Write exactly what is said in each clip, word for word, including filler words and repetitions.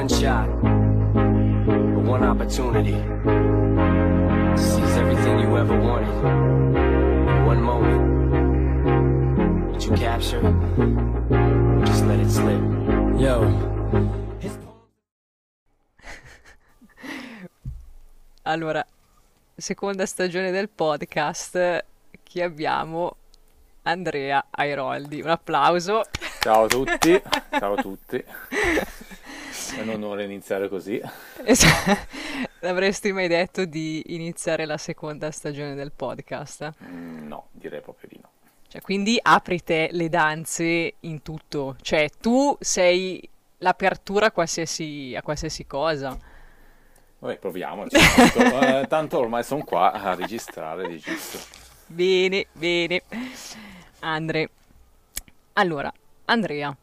one shot, or one opportunity to seize everything you ever wanted in one moment. Did you capture it? Or just let it slip? Yo. Allora, seconda stagione del podcast, chi abbiamo? Andrea Airoldi, un applauso. Ciao a tutti, ciao a tutti. È un onore iniziare così. Avresti mai detto di iniziare la seconda stagione del podcast? Mm, no, direi proprio di no. Cioè, quindi apri te le danze in tutto, cioè tu sei l'apertura a qualsiasi, a qualsiasi cosa. Vabbè, proviamoci. Tanto, eh, tanto ormai sono qua a registrare, registro. Bene, bene. Andre, allora, Andrea,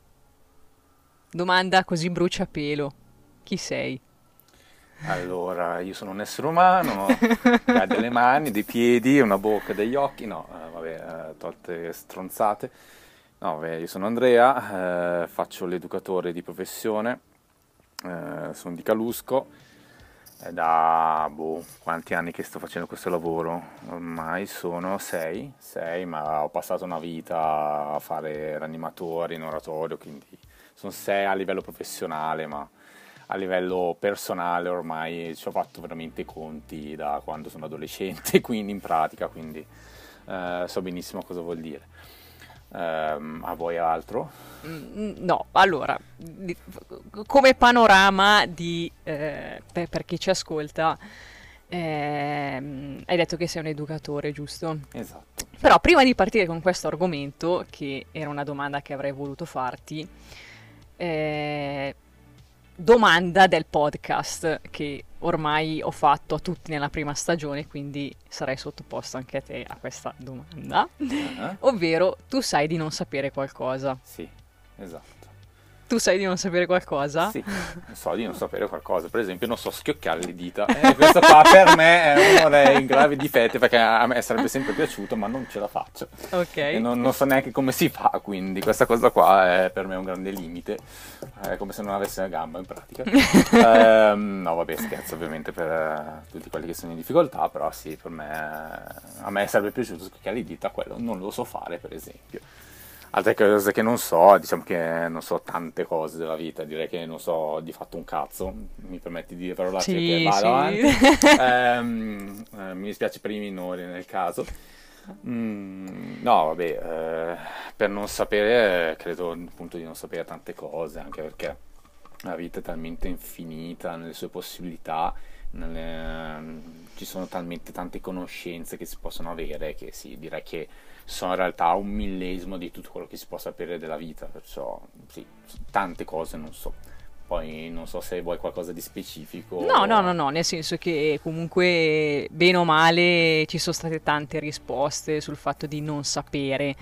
domanda così bruciapelo, chi sei? Allora, io sono un essere umano, che ha delle mani, dei piedi, una bocca, degli occhi. No, eh, vabbè, eh, tolte stronzate. No, vabbè, io sono Andrea, eh, faccio l'educatore di professione, eh, sono di Calusco. È da boh, quanti anni che sto facendo questo lavoro? Ormai sono sei, sei, ma ho passato una vita a fare l'animatore in oratorio, quindi sono sei a livello professionale, ma a livello personale ormai ci ho fatto veramente i conti da quando sono adolescente, quindi in pratica, quindi eh, so benissimo cosa vuol dire. Um, a voi altro? Mm, No, allora, di- come panorama di, eh, per, per chi ci ascolta, ehm, hai detto che sei un educatore, giusto? Esatto. Però prima di partire con questo argomento, che era una domanda che avrei voluto farti, eh, domanda del podcast che ormai ho fatto a tutti nella prima stagione, quindi sarei sottoposto anche a te a questa domanda, Uh-huh. ovvero tu sai di non sapere qualcosa. Sì, esatto. Tu sai di non sapere qualcosa? Sì, so di non sapere qualcosa, per esempio non so schioccare le dita, eh, questo qua per me è uno dei gravi difetti perché a me sarebbe sempre piaciuto ma non ce la faccio Ok. e non, non so neanche come si fa, quindi questa cosa qua è per me un grande limite, è come se non avessi una gamba in pratica. Ehm, no vabbè, scherzo ovviamente per eh, tutti quelli che sono in difficoltà, però sì, per me, a me sarebbe piaciuto schioccare le dita, quello non lo so fare per esempio. Altre cose che non so, diciamo che non so tante cose della vita, direi che non so di fatto un cazzo, mi permetti di dire parolacce Sì, che vado sì. avanti. Ehm, eh, mi dispiace per i minori nel caso. Mm, no, vabbè, eh, per non sapere, eh, credo appunto di non sapere tante cose, anche perché la vita è talmente infinita nelle sue possibilità, nelle- ci sono talmente tante conoscenze che si possono avere che sì, direi che sono in realtà un millesimo di tutto quello che si può sapere della vita, perciò sì, tante cose non so. Poi non so se vuoi qualcosa di specifico. No, no, no, no, nel senso che comunque, bene o male, ci sono state tante risposte sul fatto di non sapere.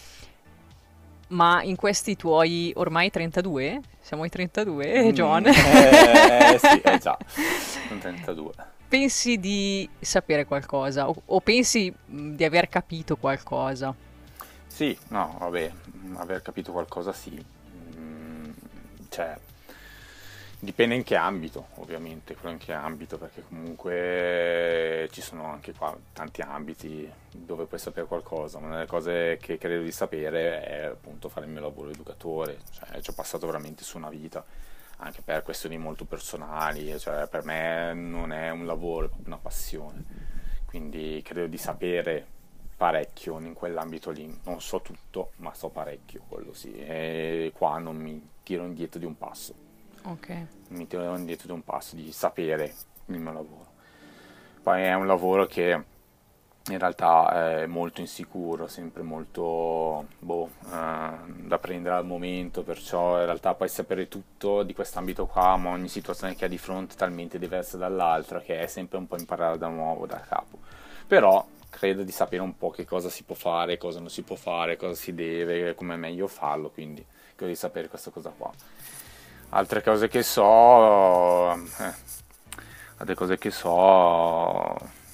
Ma in questi tuoi ormai trentadue? Siamo ai trentadue, John? Mm, eh, sì, eh già, sono trentadue. Pensi di sapere qualcosa o, o pensi mh, di aver capito qualcosa? Sì, no, vabbè, mm, aver capito qualcosa sì. Mm, cioè, dipende in che ambito, ovviamente, però in che ambito, perché comunque ci sono anche qua tanti ambiti dove puoi sapere qualcosa. Una delle cose che credo di sapere è appunto fare il mio lavoro educatore, cioè ci ho passato veramente su una vita, anche per questioni molto personali, cioè per me non è un lavoro, è proprio una passione, quindi credo di sapere parecchio in quell'ambito lì, non so tutto, ma so parecchio, quello sì, e qua non mi tiro indietro di un passo. Ok. Mi tiro indietro di un passo di sapere il mio lavoro. Poi è un lavoro che in realtà è molto insicuro, sempre molto boh, eh, da prendere al momento, perciò in realtà puoi sapere tutto di quest'ambito qua, ma ogni situazione che hai di fronte è talmente diversa dall'altra che è sempre un po' imparare da nuovo, da capo. Però credo di sapere un po' che cosa si può fare, cosa non si può fare, cosa si deve, come è meglio farlo, quindi credo di sapere questa cosa qua. Altre cose che so, eh, altre cose che so,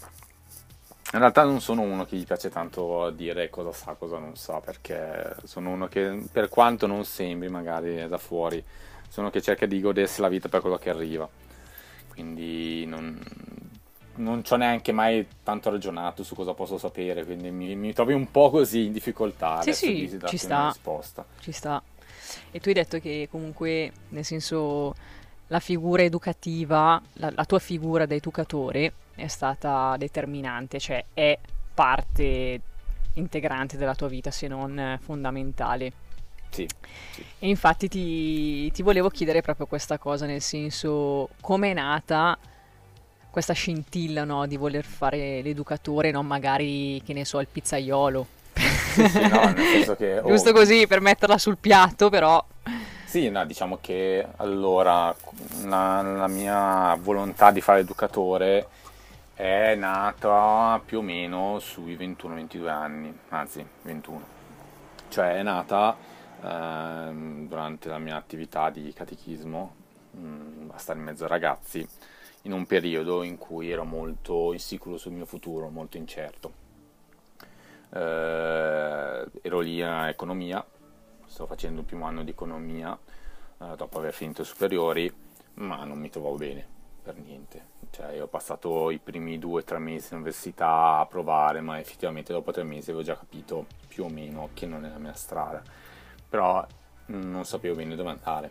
in realtà non sono uno che gli piace tanto dire cosa sa, cosa non sa, perché sono uno che, per quanto non sembri magari da fuori, sono uno che cerca di godersi la vita per quello che arriva, quindi non, non ci ho neanche mai tanto ragionato su cosa posso sapere, quindi mi, mi trovi un po' così in difficoltà Sì, adesso sì, di ci darti sta. una risposta. Ci sta. E tu hai detto che comunque, nel senso, la figura educativa, la, la tua figura da educatore è stata determinante, cioè è parte integrante della tua vita, se non eh, fondamentale. Sì, sì. E infatti ti, ti volevo chiedere proprio questa cosa, nel senso, come è nata questa scintilla, no, di voler fare l'educatore, non magari, che ne so, il pizzaiolo. Sì, sì, no, nel senso che... oh, Giusto così, per metterla sul piatto, però... Sì, no, diciamo che allora la, la mia volontà di fare educatore è nata più o meno sui ventuno ventidue anni, anzi ventuno, cioè è nata ehm, durante la mia attività di catechismo, mh, a stare in mezzo ai ragazzi, in un periodo in cui ero molto insicuro sul mio futuro, molto incerto. Eh, ero lì a economia, sto facendo il primo anno di economia eh, dopo aver finito le superiori, ma non mi trovavo bene per niente. Cioè, io ho passato i primi due o tre mesi in università a provare, ma effettivamente dopo tre mesi avevo già capito più o meno che non è la mia strada, però non sapevo bene dove andare.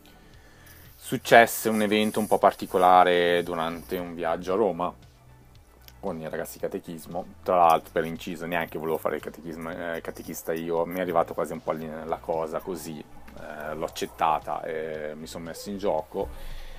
Successe un evento un po' particolare durante un viaggio a Roma con i ragazzi di catechismo. Tra l'altro, per inciso, neanche volevo fare il catechismo, eh, catechista io, mi è arrivata quasi un po' lì la cosa così, eh, l'ho accettata e mi sono messo in gioco.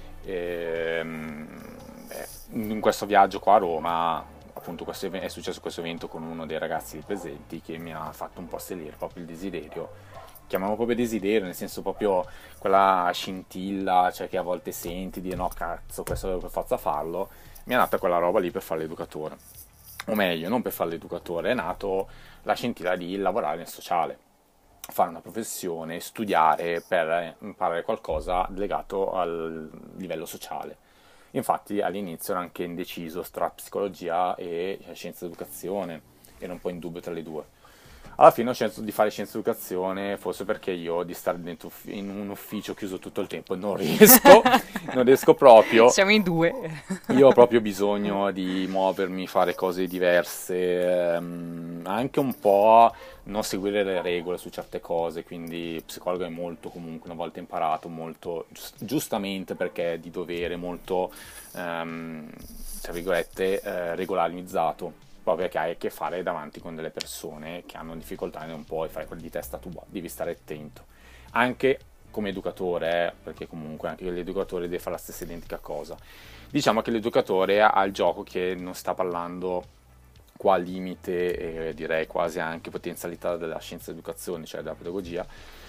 E, eh, in questo viaggio qua a Roma, appunto, questo ev- è successo questo evento con uno dei ragazzi lì presenti che mi ha fatto un po' salire proprio il desiderio. Chiamiamo proprio desiderio, nel senso proprio quella scintilla, cioè che a volte senti di no cazzo, questo devo per forza farlo. Mi è nata quella roba lì per fare l'educatore, o meglio, non per fare l'educatore, è nato la scintilla di lavorare nel sociale, fare una professione, studiare per imparare qualcosa legato al livello sociale. Infatti all'inizio ero anche indeciso tra psicologia e scienza dell'educazione, ero un po' in dubbio tra le due. Alla fine ho scelto di fare scienza educazione, forse perché io di stare dentro in un ufficio chiuso tutto il tempo non riesco, non riesco proprio. Siamo in due. Io ho proprio bisogno di muovermi, fare cose diverse, ehm, anche un po' non seguire le regole su certe cose, quindi psicologo è molto, comunque una volta imparato, molto giust- giustamente perché è di dovere, molto ehm, tra virgolette eh, regolarizzato, proprio perché hai a che fare davanti con delle persone che hanno difficoltà e non puoi fare quelli di testa tua, devi stare attento. Anche come educatore, eh, perché comunque anche l'educatore deve fare la stessa identica cosa. Diciamo che l'educatore ha il gioco che non sta parlando qua al limite, e direi quasi anche potenzialità della scienza dell'educazione, cioè della pedagogia,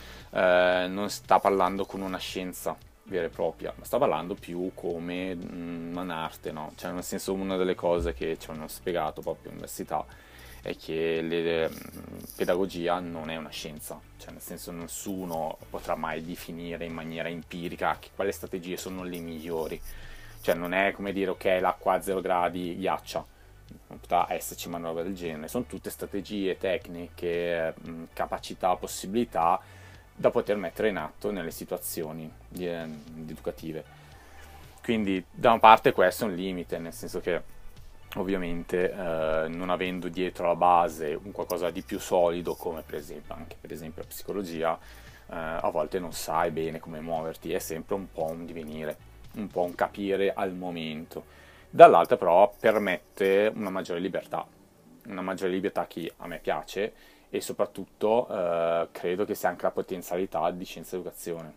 eh, non sta parlando con una scienza vera e propria, ma sta parlando più come mh, un'arte, no? Cioè, nel senso, una delle cose che ci hanno spiegato proprio all'università è che la pedagogia non è una scienza, cioè nel senso nessuno potrà mai definire in maniera empirica che quali strategie sono le migliori, cioè non è come dire ok l'acqua a zero gradi ghiaccia, non potrà esserci una roba del genere, sono tutte strategie, tecniche, mh, capacità, possibilità da poter mettere in atto nelle situazioni di, eh, educative. Quindi da una parte questo è un limite, nel senso che ovviamente eh, non avendo dietro la base un qualcosa di più solido come per esempio anche per esempio la psicologia, eh, a volte non sai bene come muoverti, è sempre un po' un divenire, un po' un capire al momento. Dall'altra però permette una maggiore libertà, una maggiore libertà che a me piace, e soprattutto eh, credo che sia anche la potenzialità di scienza educazione,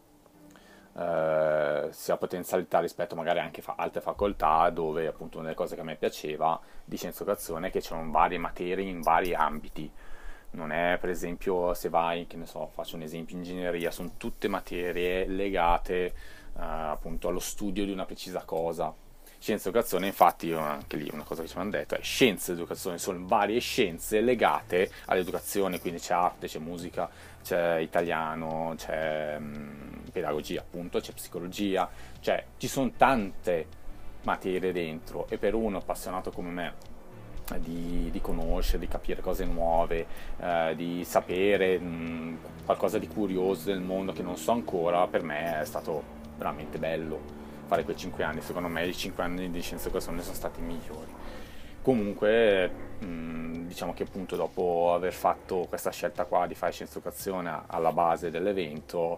eh, sia potenzialità rispetto magari anche a altre facoltà dove appunto una delle cose che a me piaceva di scienza educazione è che c'erano varie materie in vari ambiti, non è per esempio se vai, che ne so, faccio un esempio, ingegneria, sono tutte materie legate eh, appunto allo studio di una precisa cosa. Scienza educazione, infatti, anche lì una cosa che ci hanno detto è scienza educazione, sono varie scienze legate all'educazione, quindi c'è arte, c'è musica, c'è italiano, c'è mh, pedagogia appunto, c'è psicologia, cioè ci sono tante materie dentro, e per uno appassionato come me di, di conoscere, di capire cose nuove, eh, di sapere mh, qualcosa di curioso del mondo che non so ancora. Per me è stato veramente bello fare quei cinque anni. Secondo me i cinque anni di scienza educazione sono stati i migliori. Comunque, mh, diciamo che appunto dopo aver fatto questa scelta qua di fare scienza educazione alla base dell'evento,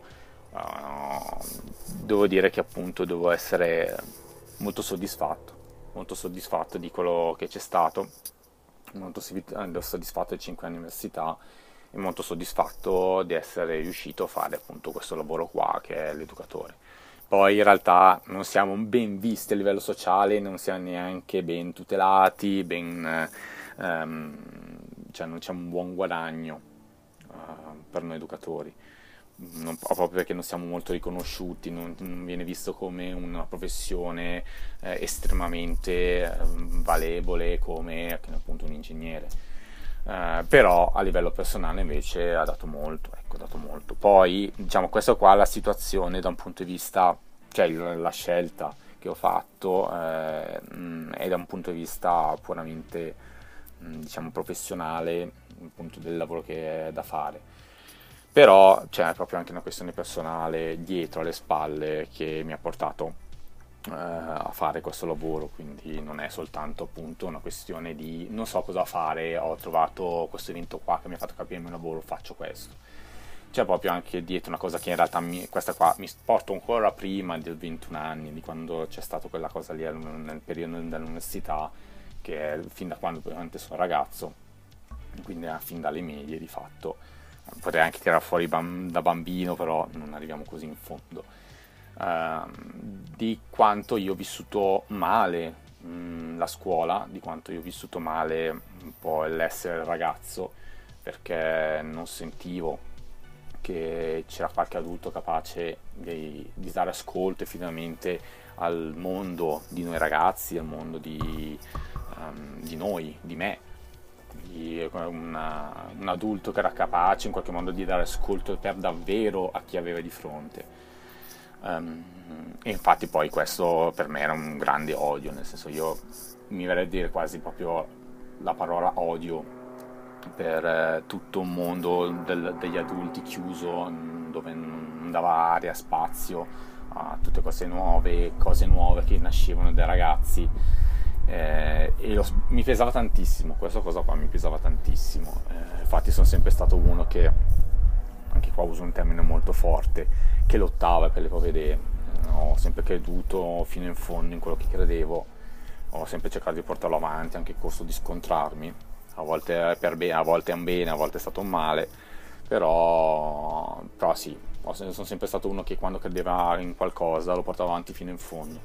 uh, devo dire che appunto devo essere molto soddisfatto, molto soddisfatto di quello che c'è stato, molto soddisfatto dei cinque anni di università e molto soddisfatto di essere riuscito a fare appunto questo lavoro qua che è l'educatore. Poi in realtà non siamo ben visti a livello sociale, non siamo neanche ben tutelati, ben, ehm, cioè non c'è un buon guadagno uh, per noi educatori, non, proprio perché non siamo molto riconosciuti, non, non viene visto come una professione eh, estremamente eh, valevole come appunto un ingegnere. Uh, però a livello personale invece ha dato molto, ecco, ha dato molto. Poi diciamo questo qua, la situazione da un punto di vista, cioè la scelta che ho fatto eh, mh, è da un punto di vista puramente mh, diciamo professionale, appunto del lavoro che è da fare. Però c'è proprio anche una questione personale dietro alle spalle che mi ha portato a fare questo lavoro, quindi non è soltanto appunto una questione di non so cosa fare, ho trovato questo evento qua che mi ha fatto capire il mio lavoro, faccio questo. C'è proprio anche dietro una cosa che in realtà mi, questa qua mi porto ancora prima del ventuno anni, di quando c'è stata quella cosa lì nel periodo dell'università, che è fin da quando veramente sono ragazzo, quindi fin dalle medie di fatto. Potrei anche tirare fuori bam, da bambino, però non arriviamo così in fondo. Uh, di quanto io ho vissuto male mh, la scuola, di quanto io ho vissuto male un po' l'essere ragazzo, perché non sentivo che c'era qualche adulto capace di, di dare ascolto effettivamente al mondo di noi ragazzi, al mondo di, um, di noi, di me, di una, un adulto che era capace in qualche modo di dare ascolto per davvero a chi aveva di fronte. Um, e infatti poi questo per me era un grande odio, nel senso, io mi verrei a dire quasi proprio la parola odio per eh, tutto un mondo del, degli adulti chiuso, dove non dava aria, spazio a tutte cose nuove, cose nuove che nascevano dai ragazzi, eh, e lo, mi pesava tantissimo, questa cosa qua mi pesava tantissimo. Eh, infatti sono sempre stato uno che, anche qua uso un termine molto forte, che lottava per le proprie idee. Ho sempre creduto fino in fondo in quello che credevo, ho sempre cercato di portarlo avanti, anche il corso di scontrarmi, a volte per bene, a volte è un bene, a volte è stato un male, però, però sì, sono sempre stato uno che quando credeva in qualcosa lo portava avanti fino in fondo.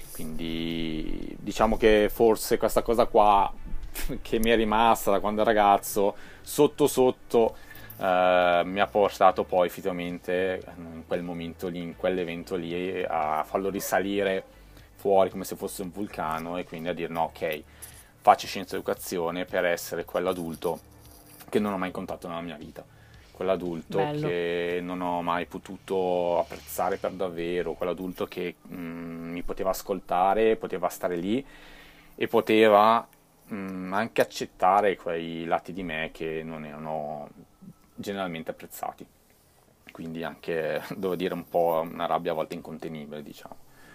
Quindi diciamo che forse questa cosa qua che mi è rimasta da quando ero ragazzo, sotto sotto Uh, mi ha portato poi effettivamente in quel momento lì, in quell'evento lì, a farlo risalire fuori come se fosse un vulcano, e quindi a dire no, ok, faccio scienza educazione per essere quell'adulto che non ho mai incontrato nella mia vita, quell'adulto Bello. che non ho mai potuto apprezzare per davvero, quell'adulto che mh, mi poteva ascoltare, poteva stare lì e poteva mh, anche accettare quei lati di me che non erano generalmente apprezzati, quindi anche, devo dire, un po' una rabbia a volte incontenibile, diciamo.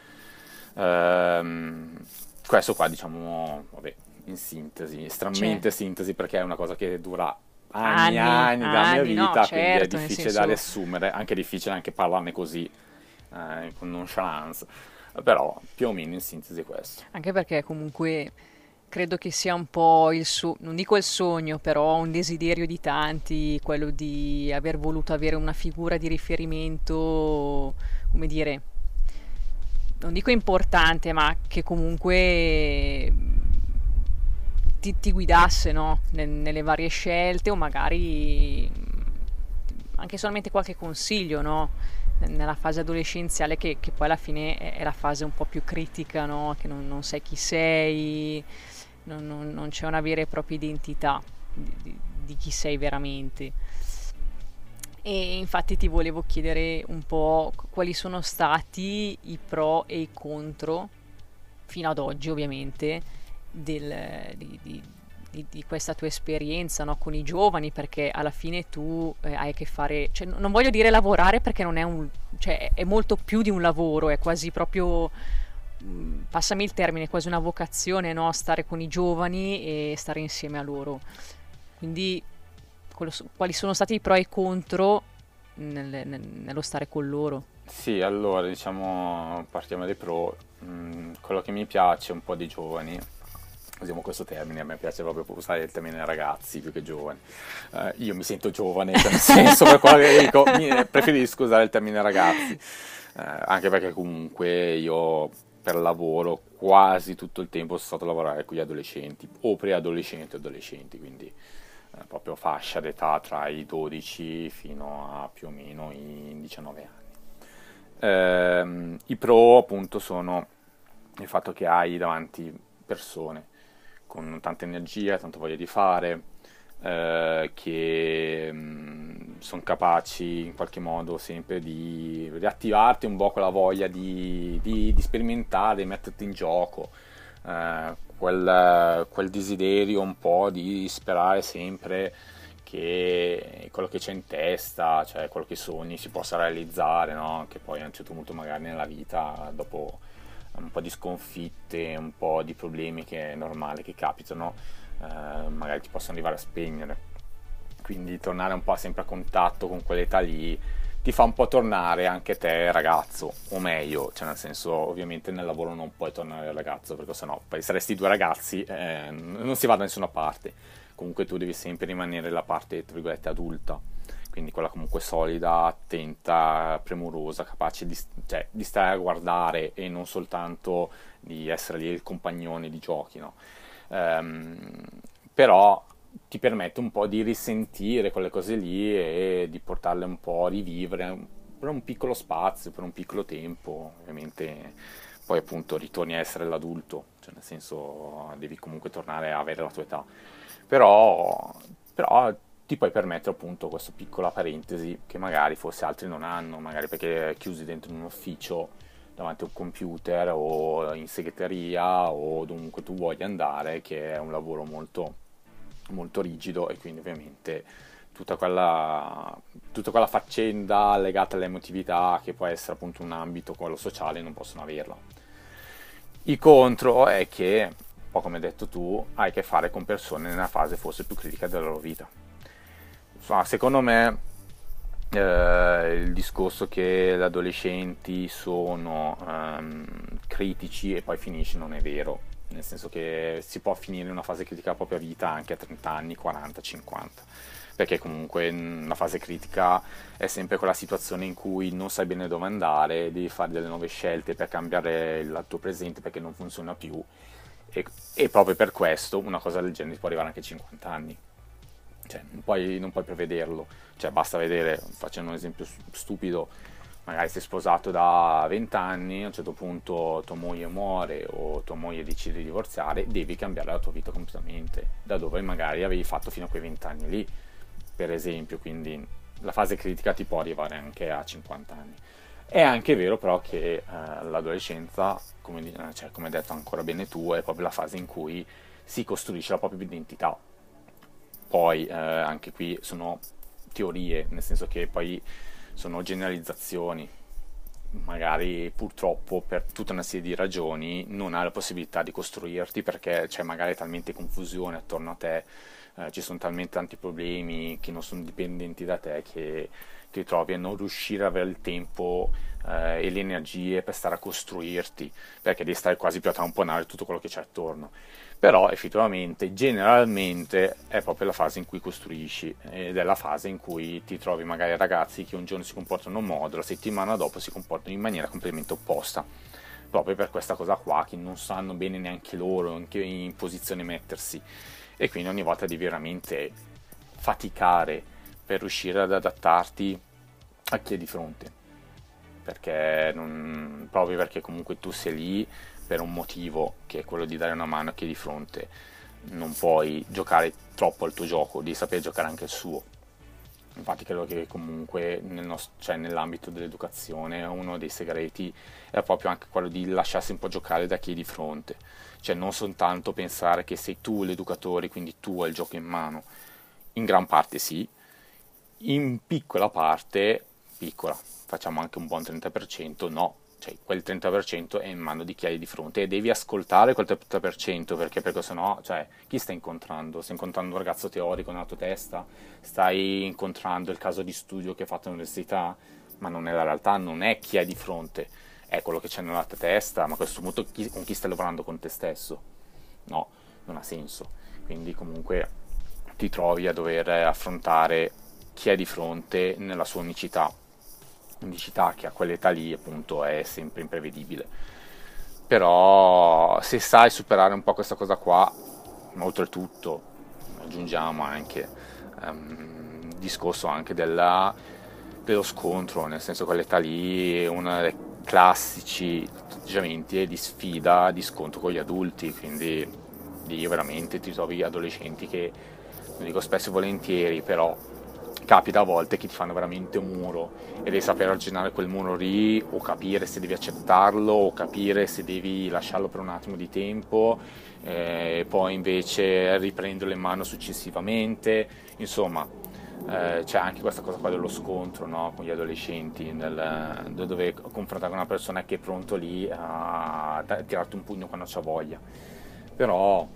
Ehm, questo qua, diciamo, vabbè, in sintesi, estremamente C'è. sintesi, perché è una cosa che dura anni e Anni, anni della mia anni, no, vita, quindi è certo, nel difficile senso- da riassumere, anche difficile anche parlarne così, eh, con nonchalance, però più o meno in sintesi questo. Anche perché comunque credo che sia un po' il suo, non dico il sogno, però un desiderio di tanti, quello di aver voluto avere una figura di riferimento, come dire, non dico importante, ma che comunque ti, ti guidasse, no? Ne- nelle varie scelte, o magari anche solamente qualche consiglio, no? Nella fase adolescenziale, che, che poi alla fine è, è la fase un po' più critica, no? Che non, non sai chi sei, non, non- non c'è una vera e propria identità di, di- di chi sei veramente. E infatti ti volevo chiedere un po' quali sono stati i pro e i contro, fino ad oggi ovviamente, del- di, di- di, di questa tua esperienza, no, con i giovani, perché alla fine tu eh, hai a che fare, cioè, non voglio dire lavorare perché non è un, cioè, è molto più di un lavoro, è quasi proprio, mh, passami il termine, quasi una vocazione, no, stare con i giovani e stare insieme a loro. Quindi quello- quali sono stati i pro e i contro nel- nel- nello stare con loro? Sì, allora diciamo partiamo dai pro. Mm, quello che mi piace un po' dei giovani, usiamo questo termine, a me piace proprio usare il termine ragazzi più che giovani. Eh, io mi sento giovane, cioè nel senso per quello che dico, mi- preferisco usare il termine ragazzi. Eh, anche perché comunque io per lavoro quasi tutto il tempo sono stato a lavorare con gli adolescenti o preadolescenti o adolescenti, quindi eh, proprio fascia d'età tra i dodici fino a più o meno i diciannove anni. Ehm, I pro appunto sono il fatto che hai davanti persone con tanta energia, tanta voglia di fare, eh, che sono capaci in qualche modo sempre di riattivarti un po' quella voglia di, di- di sperimentare, di metterti in gioco, eh, quel, quel desiderio un po' di sperare sempre che quello che c'è in testa, cioè quello che sogni, si possa realizzare, no? Che poi a un certo punto magari nella vita, dopo un po' di sconfitte, un po' di problemi che è normale che capitano, eh, magari ti possono arrivare a spegnere. Quindi tornare un po' sempre a contatto con quell'età lì ti fa un po' tornare anche te ragazzo, o meglio, cioè nel senso ovviamente nel lavoro non puoi tornare ragazzo perché sennò poi saresti due ragazzi, eh, non si va da nessuna parte. Comunque tu devi sempre rimanere la parte, tra virgolette, adulta, quindi quella comunque solida, attenta, premurosa, capace di, cioè, di stare a guardare e non soltanto di essere lì il compagnone di giochi, no? Ehm, però ti permette un po' di risentire quelle cose lì e di portarle un po' a rivivere per un piccolo spazio, per un piccolo tempo, ovviamente poi appunto ritorni a essere l'adulto, cioè nel senso devi comunque tornare a avere la tua età, però, però ti puoi permettere appunto questa piccola parentesi che magari forse altri non hanno, magari perché chiusi dentro un ufficio davanti a un computer o in segreteria o dovunque tu voglia andare, che è un lavoro molto molto rigido e quindi ovviamente tutta quella, tutta quella faccenda legata all'emotività che può essere appunto un ambito quello sociale non possono averla. Il contro è che, un po' come hai detto tu, hai a che fare con persone nella fase forse più critica della loro vita. Insomma, secondo me eh, il discorso che gli adolescenti sono ehm, critici e poi finisce non è vero, nel senso che si può finire una fase critica della propria vita anche a trenta anni, quaranta, cinquanta, perché comunque la fase critica è sempre quella situazione in cui non sai bene dove andare, devi fare delle nuove scelte per cambiare il tuo presente perché non funziona più e, e proprio per questo una cosa del genere può arrivare anche a cinquanta anni. Cioè, non puoi, non puoi prevederlo, cioè basta vedere, facendo un esempio stupido, magari sei sposato da venti anni, a un certo punto tua moglie muore o tua moglie decide di divorziare, devi cambiare la tua vita completamente, da dove magari avevi fatto fino a quei venti anni lì, per esempio, quindi la fase critica ti può arrivare anche a cinquanta anni. È anche vero però che eh, l'adolescenza, come, di- cioè, come hai detto ancora bene tu, è proprio la fase in cui si costruisce la propria identità. Poi eh, anche qui sono teorie, nel senso che poi sono generalizzazioni. Magari purtroppo per tutta una serie di ragioni non hai la possibilità di costruirti perché c'è magari talmente confusione attorno a te, eh, ci sono talmente tanti problemi che non sono dipendenti da te che ti trovi a non riuscire ad avere il tempo eh, e le energie per stare a costruirti, perché devi stare quasi più a tamponare tutto quello che c'è attorno. Però effettivamente, generalmente, è proprio la fase in cui costruisci ed è la fase in cui ti trovi magari ragazzi che un giorno si comportano in un modo, la settimana dopo si comportano in maniera completamente opposta, proprio per questa cosa qua, che non sanno bene neanche loro in che in posizione mettersi e quindi ogni volta devi veramente faticare per riuscire ad adattarti a chi è di fronte, perché non, proprio perché comunque tu sei lì per un motivo che è quello di dare una mano a chi è di fronte, non puoi giocare troppo al tuo gioco, devi sapere giocare anche il suo. Infatti credo che comunque nel nos- cioè nell'ambito dell'educazione uno dei segreti è proprio anche quello di lasciarsi un po' giocare da chi è di fronte, cioè non soltanto pensare che sei tu l'educatore, quindi tu hai il gioco in mano, in gran parte sì, in piccola parte, piccola, facciamo anche un buon trenta per cento, no, cioè quel trenta per cento è in mano di chi hai di fronte e devi ascoltare quel trenta per cento perché, perché sennò, cioè, chi stai incontrando? Stai incontrando un ragazzo teorico nella tua testa? Stai incontrando il caso di studio che hai fatto all'università? Ma non è la realtà, non è chi hai di fronte, è quello che c'è nella tua testa, ma a questo punto chi, con chi stai lavorando? Con te stesso? No, non ha senso. Quindi comunque ti trovi a dover affrontare chi è di fronte nella sua unicità, unicità che a quell'età lì appunto è sempre imprevedibile. Però se sai superare un po' questa cosa qua, oltretutto aggiungiamo anche um, il discorso anche della, dello scontro, nel senso che quell'età lì è uno dei classici atteggiamenti di sfida, di scontro con gli adulti, quindi lì veramente ti trovi adolescenti che, non dico spesso e volentieri, però capita a volte che ti fanno veramente un muro e devi sapere arginare quel muro lì, o capire se devi accettarlo o capire se devi lasciarlo per un attimo di tempo e eh, poi invece riprenderlo in mano successivamente. Insomma, eh, c'è anche questa cosa qua dello scontro, no? Con gli adolescenti, nel, dove confrontare con una persona che è pronto lì a tirarti un pugno quando c'ha voglia. Però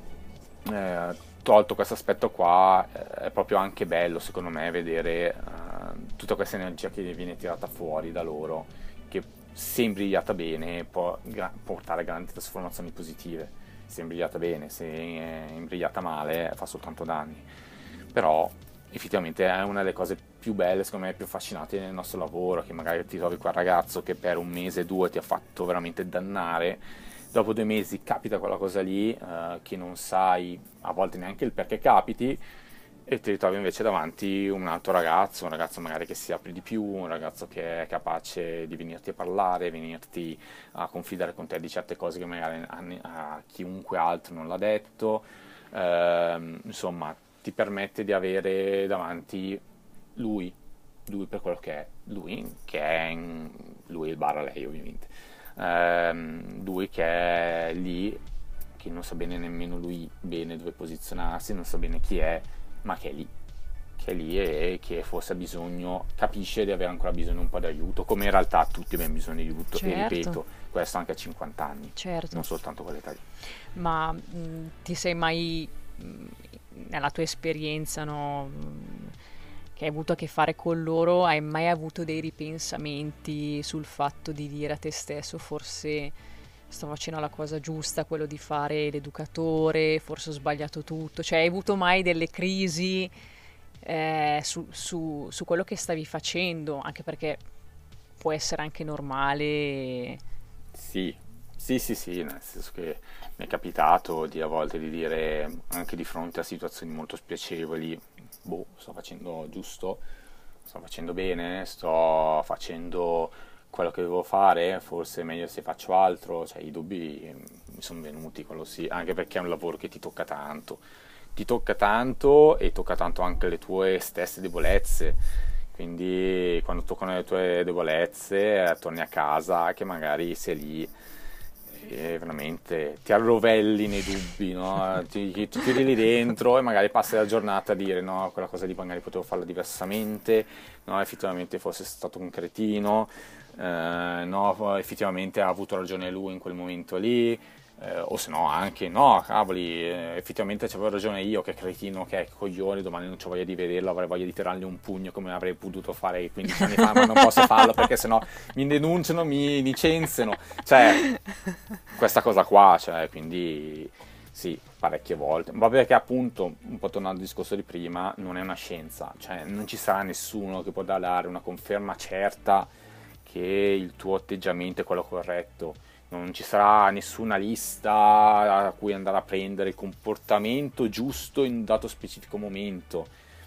eh, tolto questo aspetto qua, eh, è proprio anche bello secondo me vedere uh, tutta questa energia che viene tirata fuori da loro, che se imbrigliata bene può gra- portare grandi trasformazioni positive. Se imbrigliata bene, se è imbrigliata male fa soltanto danni. Però effettivamente è una delle cose più belle, secondo me, più affascinanti nel nostro lavoro, che magari ti trovi quel ragazzo che per un mese o due ti ha fatto veramente dannare. Dopo due mesi capita quella cosa lì eh, che non sai a volte neanche il perché capiti e ti ritrovi invece davanti un altro ragazzo, un ragazzo magari che si apre di più, un ragazzo che è capace di venirti a parlare, venirti a confidare con te di certe cose che magari a, a chiunque altro non l'ha detto, eh, insomma ti permette di avere davanti lui, lui per quello che è, lui che è in, lui il barra lei ovviamente. Ehm, lui che è lì, che non sa bene nemmeno lui bene dove posizionarsi, non sa bene chi è, ma che è lì, che è lì e che forse ha bisogno, capisce di avere ancora bisogno un po' di aiuto, come in realtà tutti abbiamo bisogno di aiuto, Certo. E ripeto, questo anche a cinquanta anni, Certo. non soltanto quell'età lì. Ma mh, ti sei mai, mh, nella tua esperienza, no, mh, che hai avuto a che fare con loro, hai mai avuto dei ripensamenti sul fatto di dire a te stesso forse sto facendo la cosa giusta, quello di fare l'educatore, forse ho sbagliato tutto? Cioè hai avuto mai delle crisi eh, su, su, su quello che stavi facendo? Anche perché può essere anche normale. Sì, sì, sì, sì, nel senso che mi è capitato di a volte di dire anche di fronte a situazioni molto spiacevoli, boh, sto facendo giusto, sto facendo bene, sto facendo quello che devo fare, forse è meglio se faccio altro, cioè i dubbi mi sono venuti, quello sì, anche perché è un lavoro che ti tocca tanto, ti tocca tanto e tocca tanto anche le tue stesse debolezze, quindi quando toccano le tue debolezze eh, torni a casa che magari sei lì e veramente ti arrovelli nei dubbi, no? ti, ti chiudi lì dentro e magari passi la giornata a dire no, quella cosa lì magari potevo farla diversamente, no, effettivamente fosse stato un cretino, eh, no, effettivamente ha avuto ragione lui in quel momento lì, eh, o se no anche no, cavoli, eh, effettivamente c'avevo ragione io, che cretino, che coglione, domani non c'ho voglia di vederlo, avrei voglia di tirargli un pugno come avrei potuto fare quindici anni fa, ma non posso farlo perché sennò mi denunciano, mi licenziano, cioè questa cosa qua, cioè, quindi sì, parecchie volte, ma perché appunto, un po' tornando al discorso di prima, non è una scienza, cioè non ci sarà nessuno che può dare una conferma certa che il tuo atteggiamento è quello corretto, non ci sarà nessuna lista a cui andare a prendere il comportamento giusto in un dato specifico momento.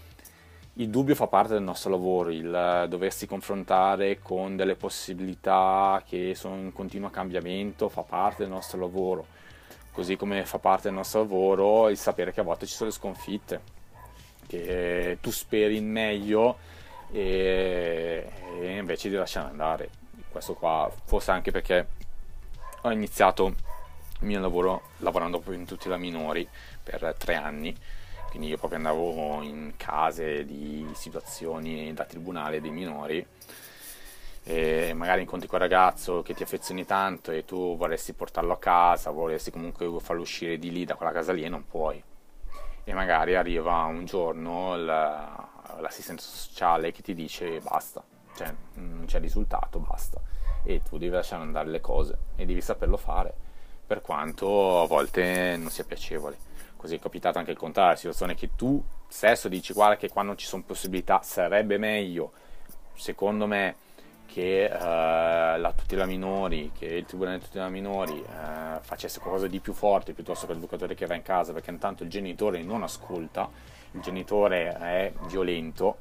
Il dubbio fa parte del nostro lavoro, il doversi confrontare con delle possibilità che sono in continuo cambiamento fa parte del nostro lavoro, così come fa parte del nostro lavoro il sapere che a volte ci sono le sconfitte, che tu speri in meglio e, e invece di lasciare andare. Questo qua, forse anche perché ho iniziato il mio lavoro lavorando proprio in tutela minori per tre anni, quindi io proprio andavo in case di situazioni da tribunale dei minori, e magari incontri quel ragazzo che ti affezioni tanto e tu vorresti portarlo a casa, vorresti comunque farlo uscire di lì, da quella casa lì, e non puoi. E magari arriva un giorno la- l'assistente sociale che ti dice basta, cioè non c'è risultato, basta, e tu devi lasciare andare le cose e devi saperlo fare, per quanto a volte non sia piacevole. Così è capitato anche il contrario, situazione che tu stesso dici guarda che qua non ci sono possibilità, sarebbe meglio secondo me che eh, la tutela minori, che il tribunale di tutela minori eh, facesse qualcosa di più forte piuttosto che l'educatore che va in casa, perché intanto il genitore non ascolta, il genitore è violento,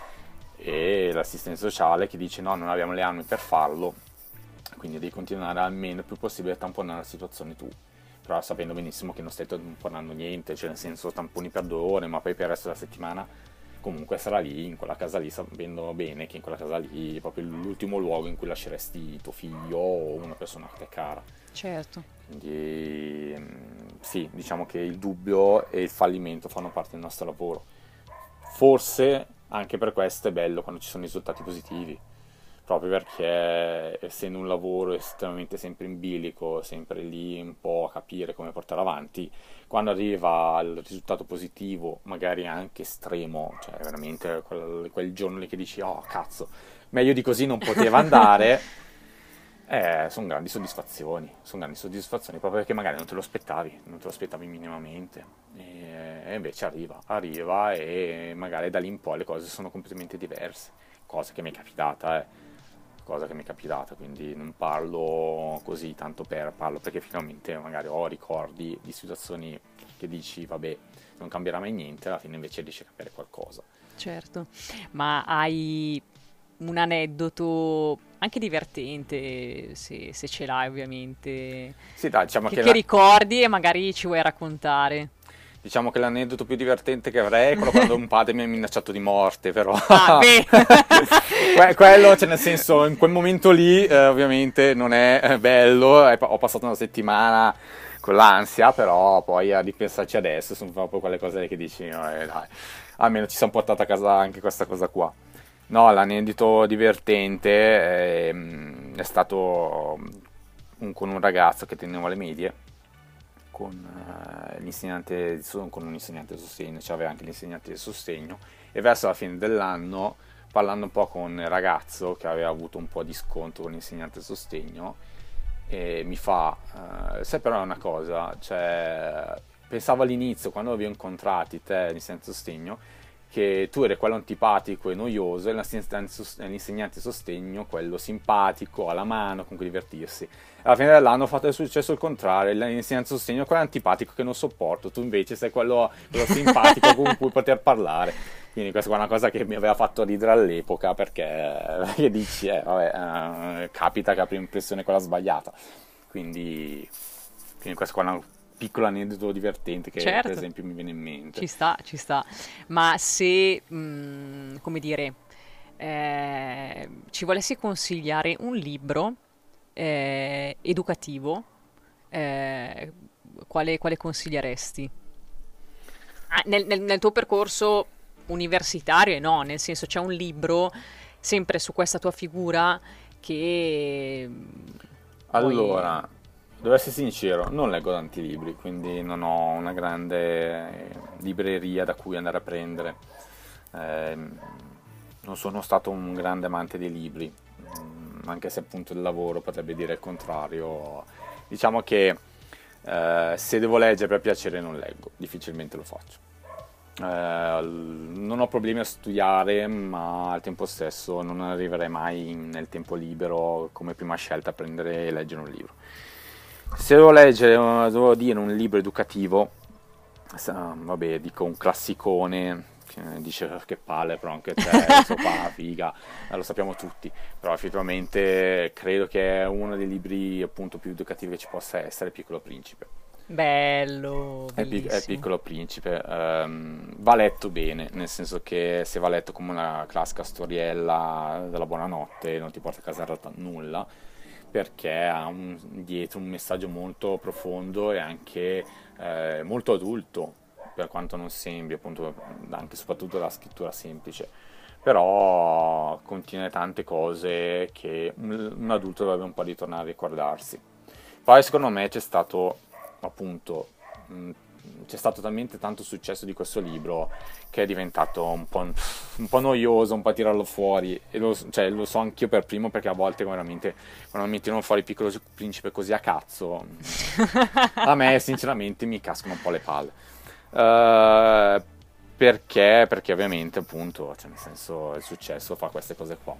e l'assistente sociale che dice no, non abbiamo le armi per farlo, quindi devi continuare almeno il più possibile a tamponare la situazione tu, però sapendo benissimo che non stai tamponando niente, cioè nel senso tamponi per due ore, ma poi per il resto della settimana comunque sarà lì, in quella casa lì, sapendo bene che in quella casa lì è proprio l'ultimo luogo in cui lasceresti tuo figlio o una persona che ti è cara. Certo. Quindi sì, diciamo che il dubbio e il fallimento fanno parte del nostro lavoro. Forse anche per questo è bello quando ci sono risultati positivi, proprio perché essendo un lavoro estremamente sempre in bilico, sempre lì un po' a capire come portare avanti, quando arriva il risultato positivo, magari anche estremo, cioè veramente quel, quel giorno lì che dici oh cazzo, meglio di così non poteva andare, eh, sono grandi soddisfazioni, sono grandi soddisfazioni proprio perché magari non te lo aspettavi, non te lo aspettavi minimamente, e, e invece arriva, arriva e magari da lì in poi le cose sono completamente diverse, cosa che mi è capitata, eh. cosa che mi è capitata, quindi non parlo così tanto per, parlo perché finalmente magari ho ricordi di situazioni che dici vabbè non cambierà mai niente, alla fine invece riesci a capire qualcosa. Certo, ma hai un aneddoto anche divertente, se, se ce l'hai ovviamente, Sì dai, diciamo che, che, che la, ricordi e magari ci vuoi raccontare. diciamo che l'aneddoto più divertente che avrei è quello quando un padre mi ha minacciato di morte, però Ah, beh. Que- quello, cioè nel senso, in quel momento lì eh, ovviamente non è eh, bello, eh, ho passato una settimana con l'ansia, però poi a ripensarci adesso sono proprio quelle cose che dici, no, eh, dai, almeno ci siamo portati a casa anche questa cosa qua. No, l'aneddoto divertente ehm, è stato un- con un ragazzo che tenevo alle medie, con, eh, l'insegnante, di so- con un insegnante di sostegno, cioè aveva anche l'insegnante di sostegno, e verso la fine dell'anno, parlando un po' con il ragazzo che aveva avuto un po' di sconto con l'insegnante di sostegno, e mi fa, eh, sai però una cosa, cioè, pensavo all'inizio, quando vi ho incontrati te, l'insegnante di sostegno, che tu eri quello antipatico e noioso e l'insegnante sos- e l'insegnante di sostegno quello simpatico, alla mano, con cui divertirsi. Alla fine dell'anno ho fatto il successo il contrario, l'insegnante di sostegno è quello antipatico che non sopporto, tu invece sei quello, quello simpatico con cui poter parlare. Quindi questa è una cosa che mi aveva fatto ridere all'epoca, perché, perché dici, eh, vabbè, eh, capita che la prima impressione è quella sbagliata. Quindi, quindi questa è una piccola aneddoto divertente che Certo. per esempio mi viene in mente. Ci sta, ci sta. Ma se, mh, come dire, eh, ci volessi consigliare un libro eh, educativo, eh, quale, quale consiglieresti? Ah, nel, nel- nel tuo percorso universitario, e no, nel senso c'è un libro sempre su questa tua figura che mh, vuoi- Allora, devo essere sincero, non leggo tanti libri, quindi non ho una grande libreria da cui andare a prendere. Ehm, non sono stato un grande amante dei libri, mm, anche se appunto il lavoro potrebbe dire il contrario. Diciamo che eh, se devo leggere per piacere non leggo, difficilmente lo faccio. Eh, non ho problemi a studiare, ma al tempo stesso non arriverei mai nel tempo libero come prima scelta a prendere e leggere un libro. Se devo leggere, eh, devo dire un libro educativo, sa- vabbè, dico un classicone, che dice che palle, però anche te, so fa, figa, eh, lo sappiamo tutti, però effettivamente credo che è uno dei libri appunto più educativi che ci possa essere, Piccolo Principe. Bello, È, pic- è bellissimo. Piccolo Principe, ehm, va letto bene, nel senso che se va letto come una classica storiella della buonanotte non ti porta a casa in realtà nulla, perché ha un- dietro un messaggio molto profondo e anche eh, molto adulto, per quanto non sembri, appunto, anche e soprattutto la scrittura semplice. Però contiene tante cose che un, un adulto dovrebbe un po' ritornare a ricordarsi. Poi secondo me c'è stato, appunto, mh, c'è stato talmente tanto successo di questo libro che è diventato un po', un po' noioso, un po' a tirarlo fuori. E lo, cioè, lo so anch'io per primo, perché a volte veramente quando mi tirano fuori Piccolo Principe così a cazzo, a me sinceramente mi cascano un po' le palle. Eh, perché? Perché ovviamente appunto, cioè nel senso, il successo fa queste cose qua.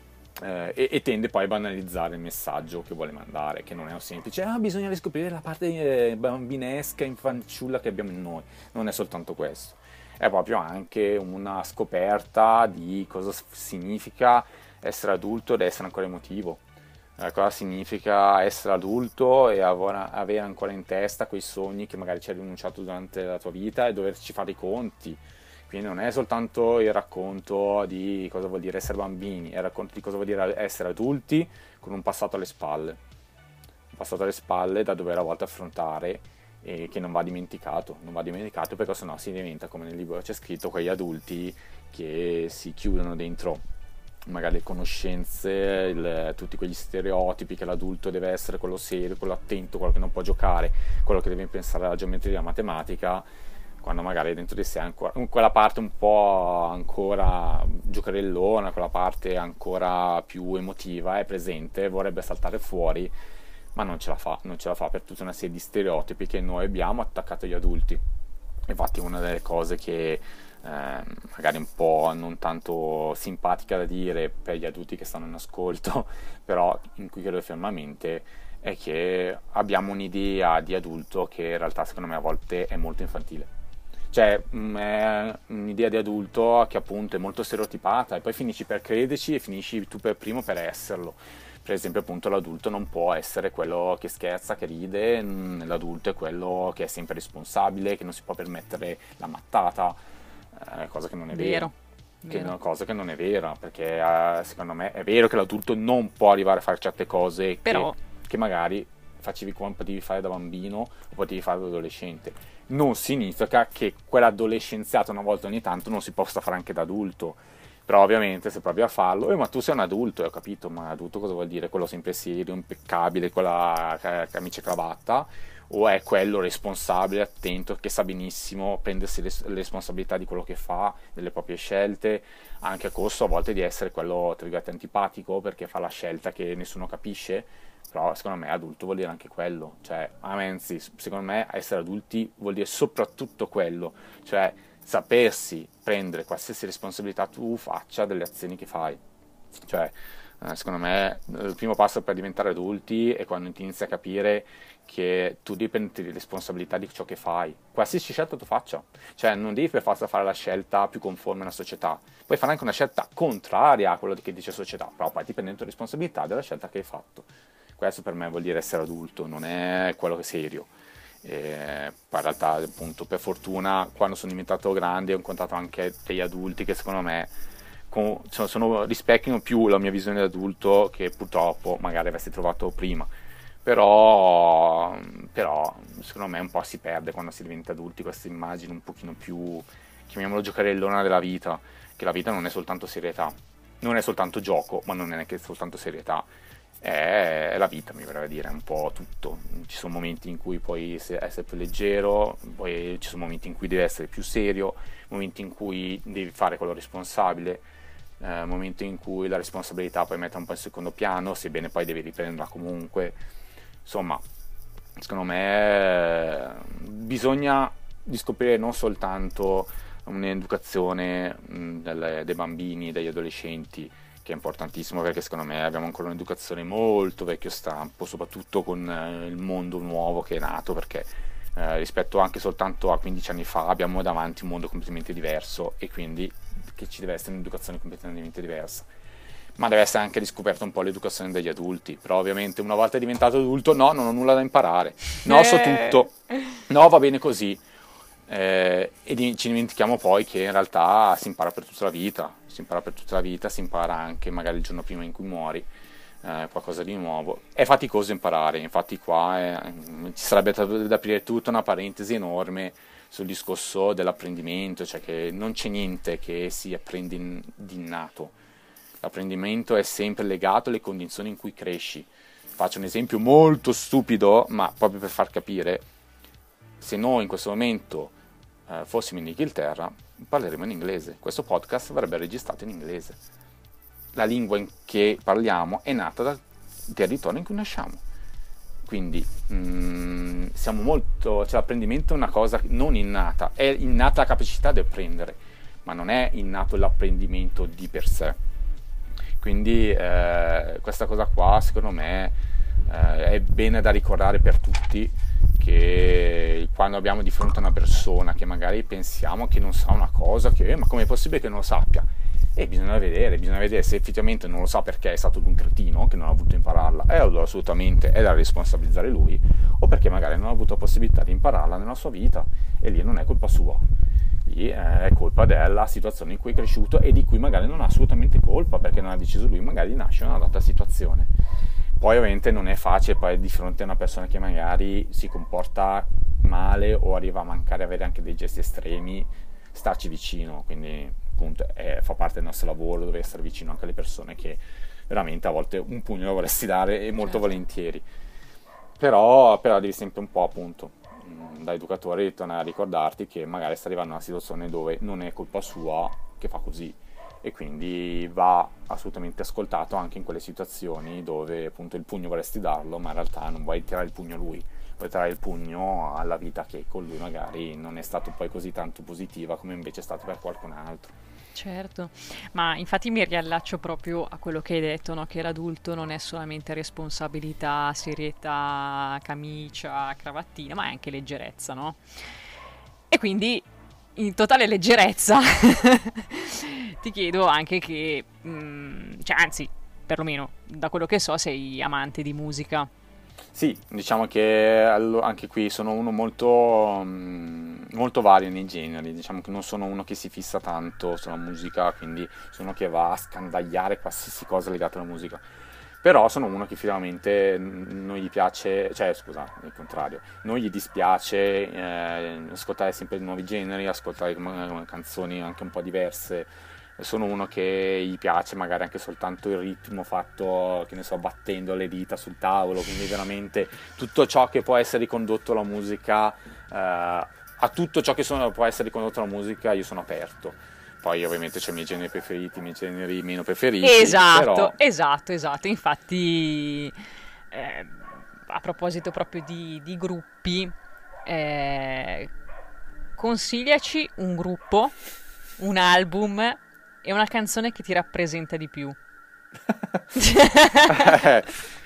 Eh, e, e tende poi a banalizzare il messaggio che vuole mandare, che non è un semplice ah, bisogna riscoprire la parte eh, bambinesca, infanciulla che abbiamo in noi. Non è soltanto questo, è proprio anche una scoperta di cosa s- significa essere adulto ed essere ancora emotivo. Eh, cosa significa essere adulto e avora- avere ancora in testa quei sogni che magari ci hai rinunciato durante la tua vita e doverci fare i conti. Quindi non è soltanto il racconto di cosa vuol dire essere bambini, è il racconto di cosa vuol dire essere adulti con un passato alle spalle. Un passato alle spalle da dover a volte affrontare e che non va dimenticato. Non va dimenticato perché sennò si diventa, come nel libro c'è scritto, quegli adulti che si chiudono dentro magari le conoscenze, il- tutti quegli stereotipi che l'adulto deve essere quello serio, quello attento, quello che non può giocare, quello che deve pensare alla geometria e alla matematica, quando magari dentro di sé ancora quella parte un po' ancora giocherellona, quella parte ancora più emotiva è presente, vorrebbe saltare fuori, ma non ce la fa, non ce la fa per tutta una serie di stereotipi che noi abbiamo attaccato agli adulti. Infatti una delle cose che eh, magari un po' non tanto simpatica da dire per gli adulti che stanno in ascolto, però in cui credo fermamente, è che abbiamo un'idea di adulto che in realtà secondo me a volte è molto infantile. Cioè, mh, è un'idea di adulto che appunto è molto stereotipata e poi finisci per crederci e finisci tu per primo per esserlo. Per esempio, appunto, l'adulto non può essere quello che scherza, che ride, mh, l'adulto è quello che è sempre responsabile, che non si può permettere la mattata, eh, cosa che non è vero. Vero, Che è vero. una cosa che non è vera, perché eh, secondo me è vero che l'adulto non può arrivare a fare certe cose che, Però, che magari facevi come potevi fare da bambino o potevi fare da adolescente. Non significa che quell'adolescenziato una volta ogni tanto non si possa fare anche da adulto. Però ovviamente se provi a farlo, eh, ma tu sei un adulto, e ho capito, ma adulto cosa vuol dire? Quello sempre serio, impeccabile, con la ca- camicia e cravatta? O è quello responsabile, attento, che sa benissimo prendersi le, le responsabilità di quello che fa, delle proprie scelte, anche a costo a volte di essere quello, tra virgolette, antipatico, perché fa la scelta che nessuno capisce? Però secondo me adulto vuol dire anche quello, cioè, anzi, secondo me essere adulti vuol dire soprattutto quello, cioè sapersi prendere qualsiasi responsabilità tu faccia delle azioni che fai. Cioè, eh, secondo me il primo passo per diventare adulti è quando ti inizi a capire che tu devi prenderti responsabilità di ciò che fai, qualsiasi scelta tu faccia. Cioè, non devi per forza fare la scelta più conforme alla società, puoi fare anche una scelta contraria a quello che dice la società, però poi ti prendi la responsabilità della scelta che hai fatto. Questo per me vuol dire essere adulto, non è quello che è serio. E poi in realtà, appunto, per fortuna, quando sono diventato grande ho incontrato anche degli adulti che secondo me con- sono, sono- rispecchiano più la mia visione di adulto che purtroppo magari avresti trovato prima. Però, però secondo me un po' si perde quando si diventa adulti questa immagine un pochino più, chiamiamolo giocherellona della vita, che la vita non è soltanto serietà, non è soltanto gioco, ma non è neanche soltanto serietà, è la vita, mi verrebbe a dire, è un po' tutto. Ci sono momenti in cui puoi essere più leggero, poi ci sono momenti in cui devi essere più serio, momenti in cui devi fare quello responsabile, eh, momenti in cui la responsabilità puoi mettere un po' in secondo piano, sebbene poi devi riprenderla comunque. Insomma, secondo me eh, bisogna riscoprire non soltanto un'educazione mh, delle- dei bambini, degli adolescenti, che è importantissimo perché secondo me abbiamo ancora un'educazione molto vecchio stampo, soprattutto con eh, il mondo nuovo che è nato, perché eh, rispetto anche soltanto a quindici anni fa abbiamo davanti un mondo completamente diverso e quindi che ci deve essere un'educazione completamente diversa. ma deve essere anche riscoperta un po' l'educazione degli adulti. Però ovviamente una volta diventato adulto, no, non ho nulla da imparare, no, so tutto, no, va bene così. Eh, e di, ci dimentichiamo poi che in realtà si impara per tutta la vita, si impara per tutta la vita, si impara anche magari il giorno prima in cui muori, eh, qualcosa di nuovo. È faticoso imparare, infatti qua eh, ci sarebbe da aprire tutta una parentesi enorme sul discorso dell'apprendimento, cioè che non c'è niente che si apprende in, di innato. L'apprendimento è sempre legato alle condizioni in cui cresci. Faccio un esempio molto stupido, ma proprio per far capire: se noi in questo momento eh, fossimo in Inghilterra, parleremo in inglese. Questo podcast verrebbe registrato in inglese. La lingua in che parliamo è nata dal territorio in cui nasciamo. Quindi mh, siamo molto, cioè l'apprendimento è una cosa non innata, è innata la capacità di apprendere, ma non è innato l'apprendimento di per sé. Quindi eh, questa cosa qua secondo me eh, è bene da ricordare per tutti, che quando abbiamo di fronte a una persona che magari pensiamo che non sa una cosa, che eh, ma com'è possibile che non lo sappia? E bisogna vedere, bisogna vedere se effettivamente non lo sa perché è stato un cretino che non ha voluto impararla, e allora assolutamente è da responsabilizzare lui, o perché magari non ha avuto la possibilità di impararla nella sua vita, e lì non è colpa sua, lì è colpa della situazione in cui è cresciuto e di cui magari non ha assolutamente colpa, perché non ha deciso lui magari di nascere in una data situazione. Poi ovviamente non è facile poi di fronte a una persona che magari si comporta male o arriva a mancare, avere anche dei gesti estremi, starci vicino, quindi appunto è, fa parte del nostro lavoro, dove essere vicino anche alle persone che veramente a volte un pugno lo vorresti dare, e molto certo. volentieri. Però, però devi sempre un po' appunto da educatore tornare a ricordarti che magari sta arrivando a una situazione dove non è colpa sua che fa così, e quindi va assolutamente ascoltato anche in quelle situazioni dove appunto il pugno vorresti darlo, ma in realtà non vuoi tirare il pugno a lui, vuoi tirare il pugno alla vita che con lui magari non è stato poi così tanto positiva come invece è stato per qualcun altro. Certo, ma infatti mi riallaccio proprio a quello che hai detto, no? Che l'adulto non è solamente responsabilità, serietà, camicia, cravattina, ma è anche leggerezza, no? E quindi in totale leggerezza ti chiedo anche che, mh, cioè anzi, perlomeno da quello che so sei amante di musica. Sì, diciamo che anche qui sono uno molto, molto vario nei generi, diciamo che non sono uno che si fissa tanto sulla musica, quindi sono uno che va a scandagliare qualsiasi cosa legata alla musica. Però sono uno che effettivamente non gli piace, cioè scusa, il contrario, non gli dispiace eh, ascoltare sempre nuovi generi, ascoltare canzoni anche un po' diverse. Sono uno che gli piace magari anche soltanto il ritmo fatto, che ne so, battendo le dita sul tavolo, quindi veramente tutto ciò che può essere ricondotto alla musica, eh, a tutto ciò che sono, può essere ricondotto alla musica io sono aperto. Poi ovviamente c'è i miei generi preferiti, i miei generi meno preferiti. Esatto, però... esatto, esatto. Infatti, eh, a proposito proprio di, di gruppi, eh, consigliaci un gruppo, un album e una canzone che ti rappresenta di più. eh,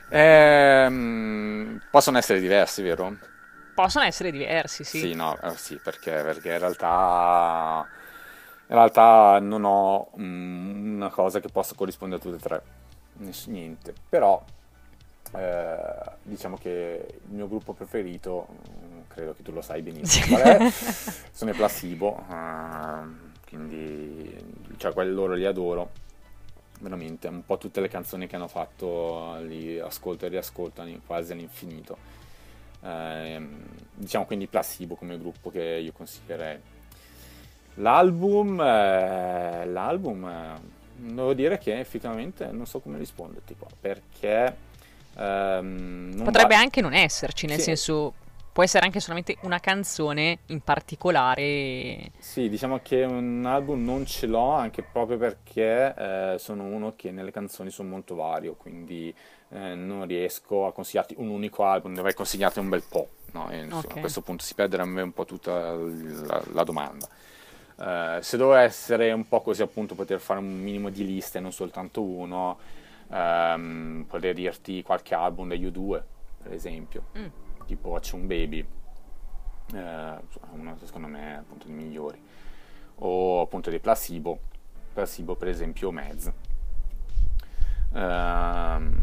ehm, possono essere diversi, vero? Possono essere diversi, sì. Sì, no, eh, sì, perché, perché in realtà... In realtà non ho mm, una cosa che possa corrispondere a tutte e tre, Ness- niente, però eh, diciamo che il mio gruppo preferito, mm, credo che tu lo sai benissimo qual è, sono i Placebo, uh, quindi cioè quelli loro li adoro, veramente, un po' tutte le canzoni che hanno fatto li ascolto e riascolto quasi all'infinito, eh, diciamo quindi Placebo come gruppo che io consiglierei. L'album, eh, l'album eh, devo dire che effettivamente non so come risponderti qua, perché ehm, non potrebbe va... anche non esserci, nel sì. senso può essere anche solamente una canzone in particolare. Sì, diciamo che un album non ce l'ho, anche proprio perché eh, sono uno che nelle canzoni sono molto vario, quindi eh, non riesco a consigliarti un unico album, dovrei consigliarti un bel po', no? E, insomma, Okay. a questo punto si perderebbe un po' tutta la, la domanda. Uh, se doveva essere un po' così, appunto, poter fare un minimo di liste, non soltanto uno, um, potrei dirti qualche album degli U due, per esempio, Mm. tipo C'è un Baby, uh, uno secondo me appunto dei migliori, o appunto dei Placebo, Placebo per esempio Mez. ehm,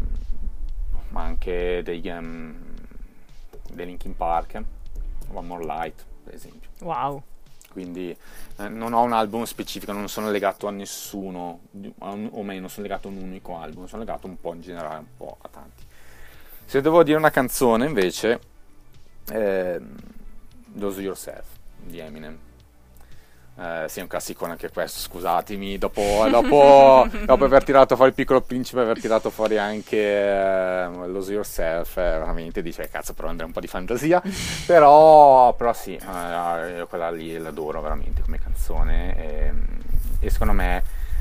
ma anche dei, um, dei Linkin Park, One More Light per esempio. Wow. Quindi eh, non ho un album specifico, non sono legato a nessuno, a un, o meno, sono legato a un unico album, sono legato un po' in generale, un po' a tanti. Se devo dire una canzone invece, eh, Lose Yourself di Eminem. Eh, sì, è un classicone anche questo, scusatemi, dopo, dopo, dopo aver tirato fuori il Piccolo Principe, aver tirato fuori anche eh, Lose Yourself, eh, veramente dice, cazzo, però andrà un po' di fantasia, però, però sì, eh, quella lì l'adoro veramente come canzone, e, e secondo me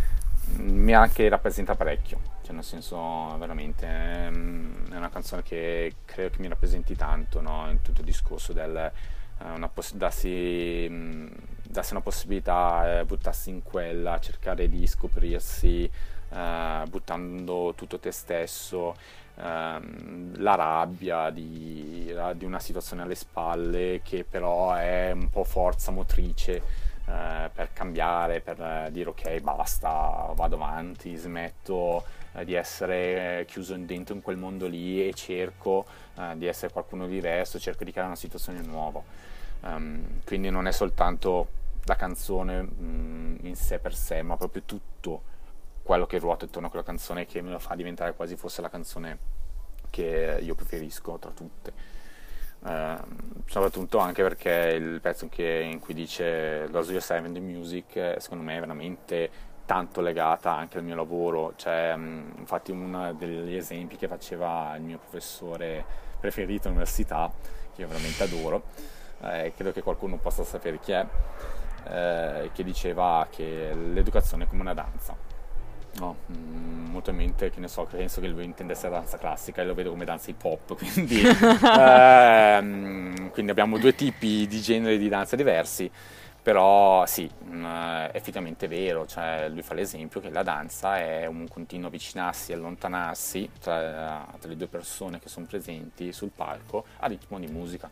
mi anche rappresenta parecchio, cioè nel senso veramente è una canzone che credo che mi rappresenti tanto, no? In tutto il discorso del una poss- darsi, mh, darsi una possibilità, eh, buttarsi in quella, cercare di scoprirsi, eh, buttando tutto te stesso, ehm, la rabbia di, di una situazione alle spalle che però è un po' forza motrice eh, per cambiare, per eh, dire ok, basta, vado avanti, smetto eh, di essere chiuso dentro in quel mondo lì e cerco eh, di essere qualcuno diverso, cerco di creare una situazione nuova. Um, quindi non è soltanto la canzone mh, in sé per sé, ma proprio tutto quello che ruota intorno a quella canzone che me lo fa diventare quasi fosse la canzone che io preferisco tra tutte. Uh, soprattutto anche perché il pezzo che, in cui dice Lose Yourself in the Music, secondo me è veramente tanto legata anche al mio lavoro, cioè, um, infatti uno degli esempi che faceva il mio professore preferito all'università, che io veramente adoro, Eh, credo che qualcuno possa sapere chi è, eh, che diceva che l'educazione è come una danza, no? Mm, molto in mente, che ne so, penso che lui intendesse la danza classica e lo vedo come danza hip hop, quindi, ehm, quindi abbiamo due tipi di generi di danza diversi, però sì, mh, è effettivamente vero, cioè lui fa l'esempio che la danza è un continuo avvicinarsi e allontanarsi tra, tra le due persone che sono presenti sul palco a ritmo di musica.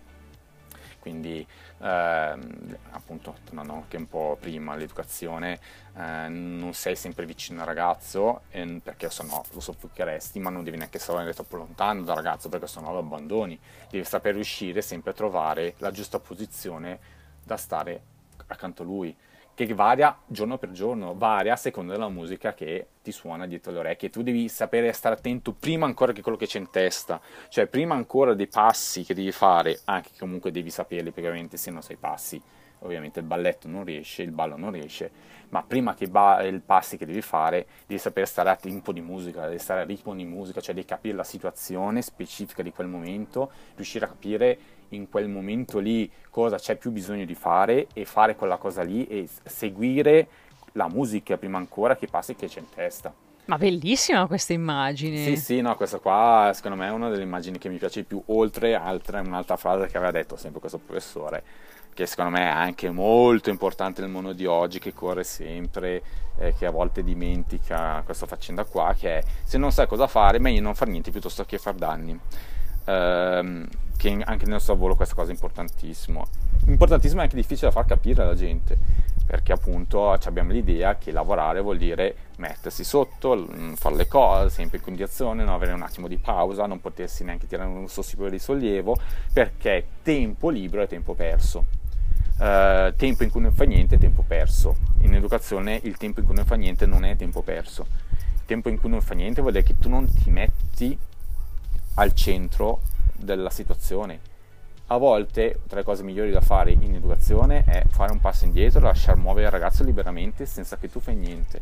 Quindi ehm, appunto, tornando anche un po' prima all'educazione, eh, non sei sempre vicino al ragazzo, eh, perché sennò lo soffocheresti, ma non devi neanche stare troppo lontano dal ragazzo, perché sennò lo abbandoni. Devi saper riuscire sempre a trovare la giusta posizione da stare accanto a lui, che varia giorno per giorno, varia a seconda della musica che ti suona dietro le orecchie. Tu devi sapere stare attento prima ancora che quello che c'è in testa, cioè prima ancora dei passi che devi fare, anche che comunque devi saperli, perché ovviamente se non sai passi, ovviamente il balletto non riesce, il ballo non riesce, ma prima che ba- il passi che devi fare, devi sapere stare a tempo di musica, devi stare a ritmo di musica, cioè devi capire la situazione specifica di quel momento, riuscire a capire in quel momento lì cosa c'è più bisogno di fare e fare quella cosa lì e seguire la musica prima ancora che passi che c'è in testa. Ma bellissima questa immagine. Sì, sì, no, questa qua secondo me è una delle immagini che mi piace di più, oltre altre, un'altra frase che aveva detto sempre questo professore, che secondo me è anche molto importante nel mondo di oggi, che corre sempre, eh, che a volte dimentica questa faccenda qua, che è: se non sai cosa fare, meglio non far niente piuttosto che far danni. Ehm, che anche nel nostro lavoro questa cosa è importantissimo. Importantissimo e anche difficile da far capire alla gente, perché appunto abbiamo l'idea che lavorare vuol dire mettersi sotto, fare le cose sempre in condizione, non avere un attimo di pausa, non potersi neanche tirare un sospiro di sollievo, perché tempo libero è tempo perso. Uh, tempo in cui non fai niente è tempo perso. In educazione il tempo in cui non fai niente non è tempo perso. Il tempo in cui non fai niente vuol dire che tu non ti metti al centro della situazione. A volte tra le cose migliori da fare in educazione è fare un passo indietro, lasciar muovere il ragazzo liberamente senza che tu fai niente.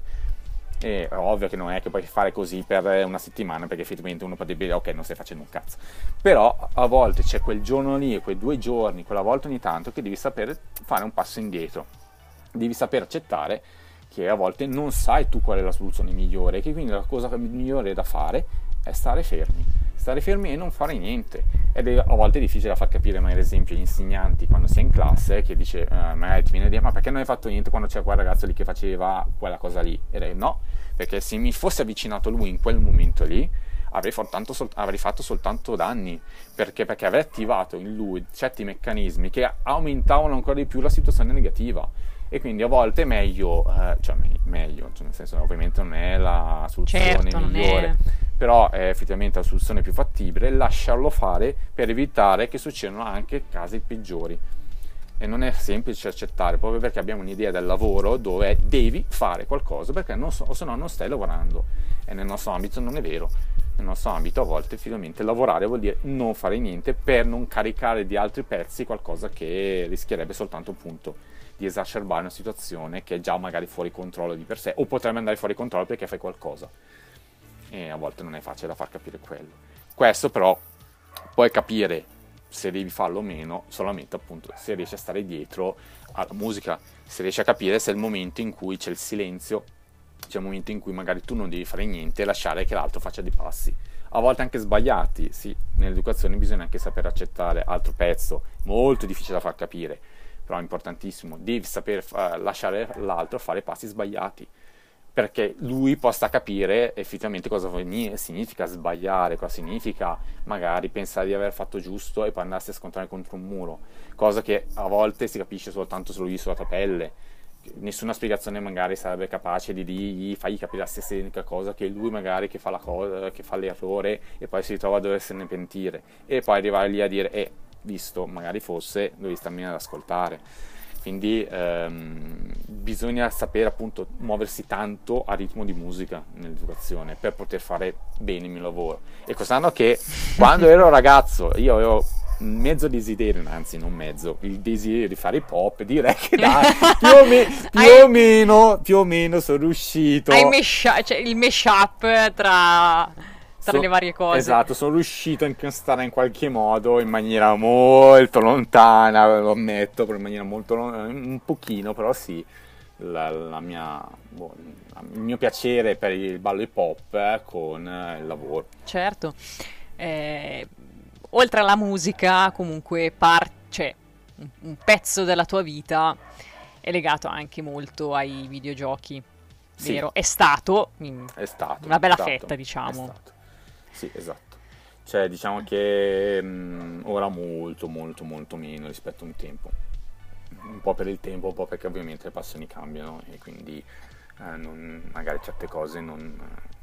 E è ovvio che non è che puoi fare così per una settimana, perché effettivamente uno potrebbe dire ok, non stai facendo un cazzo, però a volte c'è quel giorno lì, quei due giorni, quella volta ogni tanto, che devi sapere fare un passo indietro, devi saper accettare che a volte non sai tu qual è la soluzione migliore, che quindi la cosa migliore da fare è stare fermi, stare fermi e non fare niente. Ed è a volte difficile da far capire, ma ad esempio gli insegnanti quando sei in classe che dice eh, ma ti viene a dire: ma perché non hai fatto niente quando c'era quel ragazzo lì che faceva quella cosa lì? E lei: no, perché se mi fosse avvicinato lui in quel momento lì avrei, soltanto, sol- avrei fatto soltanto danni, perché, perché avrei attivato in lui certi meccanismi che aumentavano ancora di più la situazione negativa. e quindi a volte è meglio, eh, cioè me- meglio, cioè nel senso ovviamente non è la soluzione Certo, non migliore, è... però è effettivamente la soluzione più fattibile lasciarlo fare per evitare che succedano anche casi peggiori. E non è semplice accettare, proprio perché abbiamo un'idea del lavoro dove devi fare qualcosa, perché non so, o se no non stai lavorando. E nel nostro ambito non è vero. Nel nostro ambito a volte effettivamente lavorare vuol dire non fare niente per non caricare di altri pezzi qualcosa che rischierebbe soltanto appunto di esacerbare una situazione che è già magari fuori controllo di per sé, o potrebbe andare fuori controllo perché fai qualcosa. E a volte non è facile da far capire quello. Questo però puoi capire se devi farlo o meno solamente appunto se riesci a stare dietro alla musica, se riesci a capire se è il momento in cui c'è il silenzio, c'è il momento in cui magari tu non devi fare niente e lasciare che l'altro faccia dei passi, a volte anche sbagliati. Sì, nell'educazione bisogna anche saper accettare altro pezzo, molto difficile da far capire, però è importantissimo, devi saper uh, lasciare l'altro fare passi sbagliati, perché lui possa capire effettivamente cosa significa sbagliare, cosa significa magari pensare di aver fatto giusto e poi andarsi a scontrare contro un muro, cosa che a volte si capisce soltanto se lo vedi sulla tua pelle. Nessuna spiegazione magari sarebbe capace di dirgli, fagli capire la stessa identica cosa che lui magari che fa la cosa, che fa l'errore e poi si ritrova a doversene pentire e poi arrivare lì a dire eh, visto magari fosse, dovevi starmi ad ascoltare. Quindi ehm, bisogna sapere appunto muoversi tanto a ritmo di musica nell'educazione per poter fare bene il mio lavoro. E quest'anno che quando ero ragazzo io avevo mezzo desiderio, anzi non mezzo, il desiderio di fare hip hop, direi che dai, più, o, me, più Hai... o meno più o meno sono riuscito. Hai mesh- cioè il mash-up tra... tra So, le varie cose. Esatto, sono riuscito a incastare in qualche modo in maniera molto lontana, lo ammetto, però in maniera molto lontana, un pochino, però sì, la, la mia, boh, il mio piacere per il ballo hip hop eh, con eh, il lavoro. Certo, eh, oltre alla musica comunque par- cioè, un, un pezzo della tua vita è legato anche molto ai videogiochi, Sì. vero? È stato, mm, È stato una bella è stato, fetta, diciamo. È stato. Sì, esatto. Cioè, diciamo che mh, ora molto, molto, molto meno rispetto a un tempo. Un po' per il tempo, un po' perché ovviamente le passioni cambiano e quindi eh, non, magari certe cose non,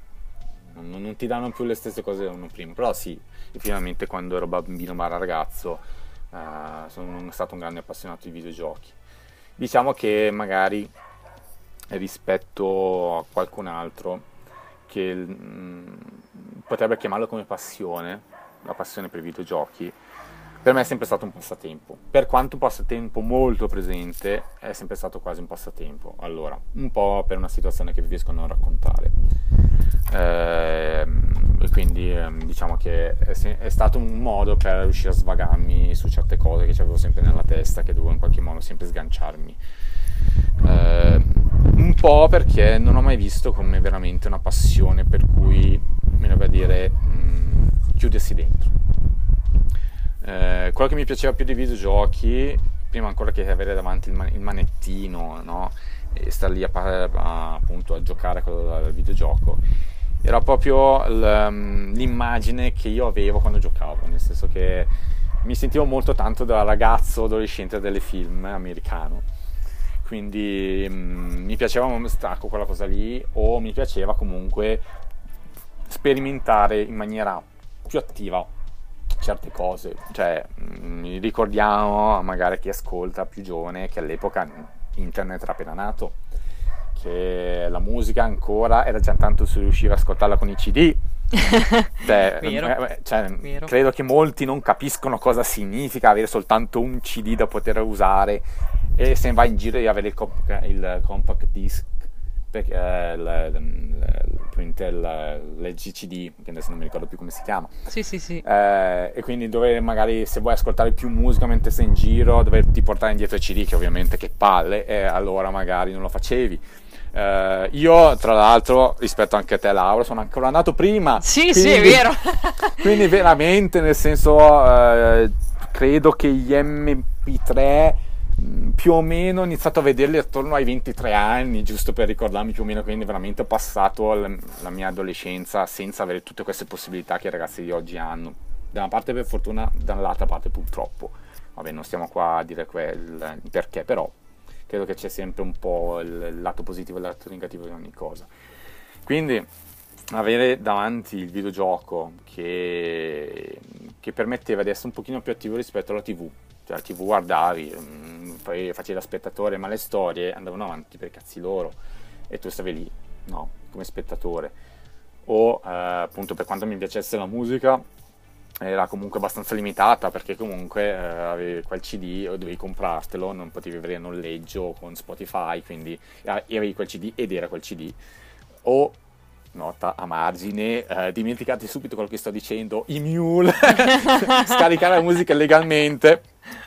non, non ti danno più le stesse cose che erano prima. Però sì, effettivamente quando ero bambino barra ragazzo eh, sono stato un grande appassionato di videogiochi. Diciamo che magari rispetto a qualcun altro che mh, potrebbe chiamarlo come passione, la passione per i videogiochi, per me è sempre stato un passatempo. Per quanto un passatempo molto presente, è sempre stato quasi un passatempo. Allora, un po' per una situazione che vi riesco a non raccontare. E quindi diciamo che è, è stato un modo per riuscire a svagarmi su certe cose che avevo sempre nella testa, che dovevo in qualche modo sempre sganciarmi. Eh, un po' perché non ho mai visto come veramente una passione per cui mi doveva dire mh, chiudersi dentro. Eh, quello che mi piaceva più dei videogiochi, prima ancora che avere davanti il, man- il manettino, no? E star lì a, a, appunto a giocare al videogioco, era proprio l- l'immagine che io avevo quando giocavo, nel senso che mi sentivo molto tanto da ragazzo adolescente delle film americano. Quindi mh, mi piaceva un stacco quella cosa lì, o mi piaceva comunque sperimentare in maniera più attiva certe cose. Cioè mh, ricordiamo magari chi ascolta più giovane che all'epoca internet era appena nato, che la musica ancora era già tanto si riusciva a ascoltarla con i C D. Cioè, Vero, eh, cioè, vero. credo che molti non capiscono cosa significa avere soltanto un C D da poter usare e se ne va in giro di avere il, comp- il compact disc, perché eh, l'L G D, che adesso non mi ricordo più come si chiama. Sì, sì, sì. Eh, e quindi dover magari, se vuoi ascoltare più musica mentre sei in giro, doverti portare indietro i C D, che ovviamente che palle, e allora magari non lo facevi. Uh, io tra l'altro rispetto anche a te Laura sono ancora andato prima, sì quindi, sì è vero. Quindi veramente nel senso uh, credo che gli M P tre mh, più o meno ho iniziato a vederli attorno ai ventitré anni, giusto per ricordarmi più o meno, quindi veramente ho passato la, la mia adolescenza senza avere tutte queste possibilità che i ragazzi di oggi hanno, da una parte per fortuna, dall'altra parte purtroppo. Vabbè, non stiamo qua a dire quel perché, però credo che c'è sempre un po' il, il lato positivo e il lato negativo di ogni cosa. Quindi avere davanti il videogioco che, che permetteva di essere un pochino più attivo rispetto alla tivù, cioè la tivù guardavi, mh, poi facevi da spettatore, ma le storie andavano avanti per i cazzi loro e tu stavi lì, no, come spettatore. O eh, appunto, per quanto mi piacesse la musica, era comunque abbastanza limitata, perché comunque eh, avevi quel C D o dovevi comprartelo, non potevi avere noleggio con Spotify, quindi eh, avevi quel C D ed era quel C D. O, nota a margine, eh, dimenticate subito quello che sto dicendo, i mule, scaricare la musica legalmente,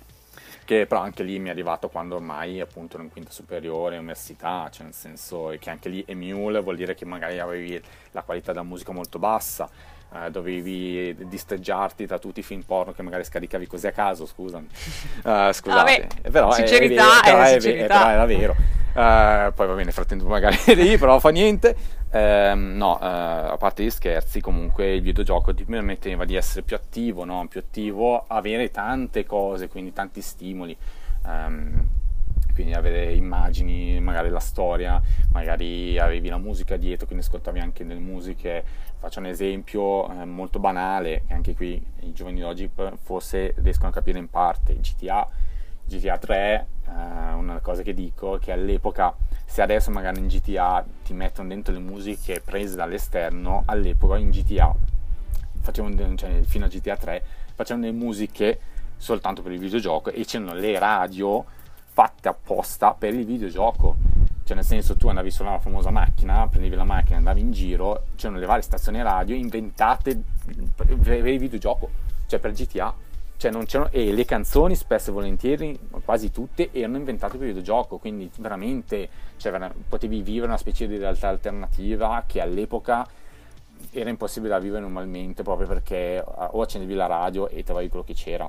che però anche lì mi è arrivato quando ormai appunto ero in quinta superiore, università, cioè nel senso che anche lì emule vuol dire che magari avevi la qualità della musica molto bassa, eh, dovevi disteggiarti da tutti i film porno che magari scaricavi così a caso, scusami, uh, scusate, Vabbè, però, sincerità, è, è, però, è è, sincerità. però era vero. Uh, poi va bene, nel frattempo magari lì, però fa niente. Uh, no, uh, a parte gli scherzi, comunque il videogioco ti permetteva di essere più attivo, no? Più attivo, avere tante cose, quindi tanti stimoli, um, quindi avere immagini, magari la storia, magari avevi la musica dietro, quindi ascoltavi anche delle musiche. Faccio un esempio eh, molto banale, che anche qui i giovani di oggi forse riescono a capire in parte. G T A G T A tre, eh, una cosa che dico, che all'epoca, se adesso magari in G T A ti mettono dentro le musiche prese dall'esterno, all'epoca in G T A facevano, cioè fino a G T A tre facevano le musiche soltanto per il videogioco, e c'erano le radio fatte apposta per il videogioco. Cioè nel senso, tu andavi sulla famosa macchina, prendevi la macchina, andavi in giro, c'erano le varie stazioni radio inventate per il videogioco, cioè per G T A. Cioè non c'erano, e le canzoni spesso e volentieri, quasi tutte, erano inventate per il videogioco, quindi veramente, cioè, vera- potevi vivere una specie di realtà alternativa che all'epoca era impossibile da vivere normalmente, proprio perché o accendevi la radio e trovavi quello che c'era,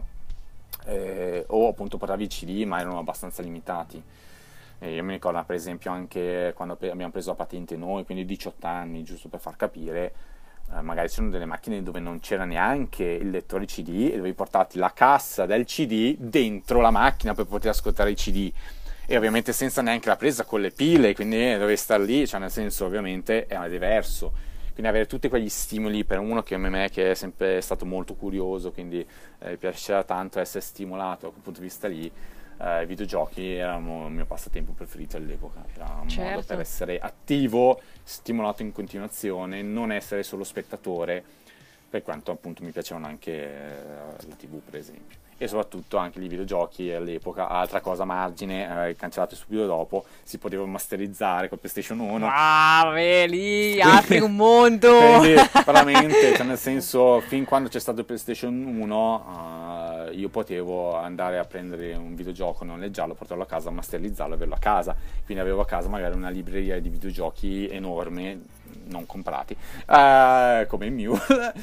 eh, o appunto portavi i C D, ma erano abbastanza limitati. E io mi ricordo per esempio anche quando pre- abbiamo preso la patente noi, quindi diciotto anni, giusto per far capire, eh, magari c'erano delle macchine dove non c'era neanche il lettore C D e dovevi portarti la cassa del C D dentro la macchina per poter ascoltare i C D, e ovviamente senza neanche la presa con le pile, quindi dovevi stare lì, cioè nel senso ovviamente era diverso. Quindi avere tutti quegli stimoli per uno che come me, che è sempre stato molto curioso, quindi eh, piaceva tanto essere stimolato da quel punto di vista lì. Eh, I videogiochi erano il mio passatempo preferito all'epoca, era un Certo. modo per essere attivo, stimolato in continuazione, non essere solo spettatore, per quanto appunto mi piacevano anche eh, la tivù per esempio. E soprattutto anche i videogiochi all'epoca, altra cosa a margine, eh, cancellate subito dopo, si poteva masterizzare col PlayStation uno. Ah, vabbè, lì apri un mondo. Quindi veramente, cioè nel senso, fin quando c'è stato il PlayStation uno, uh, io potevo andare a prendere un videogioco, noleggiarlo, portarlo a casa, masterizzarlo e averlo a casa. Quindi avevo a casa magari una libreria di videogiochi enorme, non comprati, uh, come il Mule,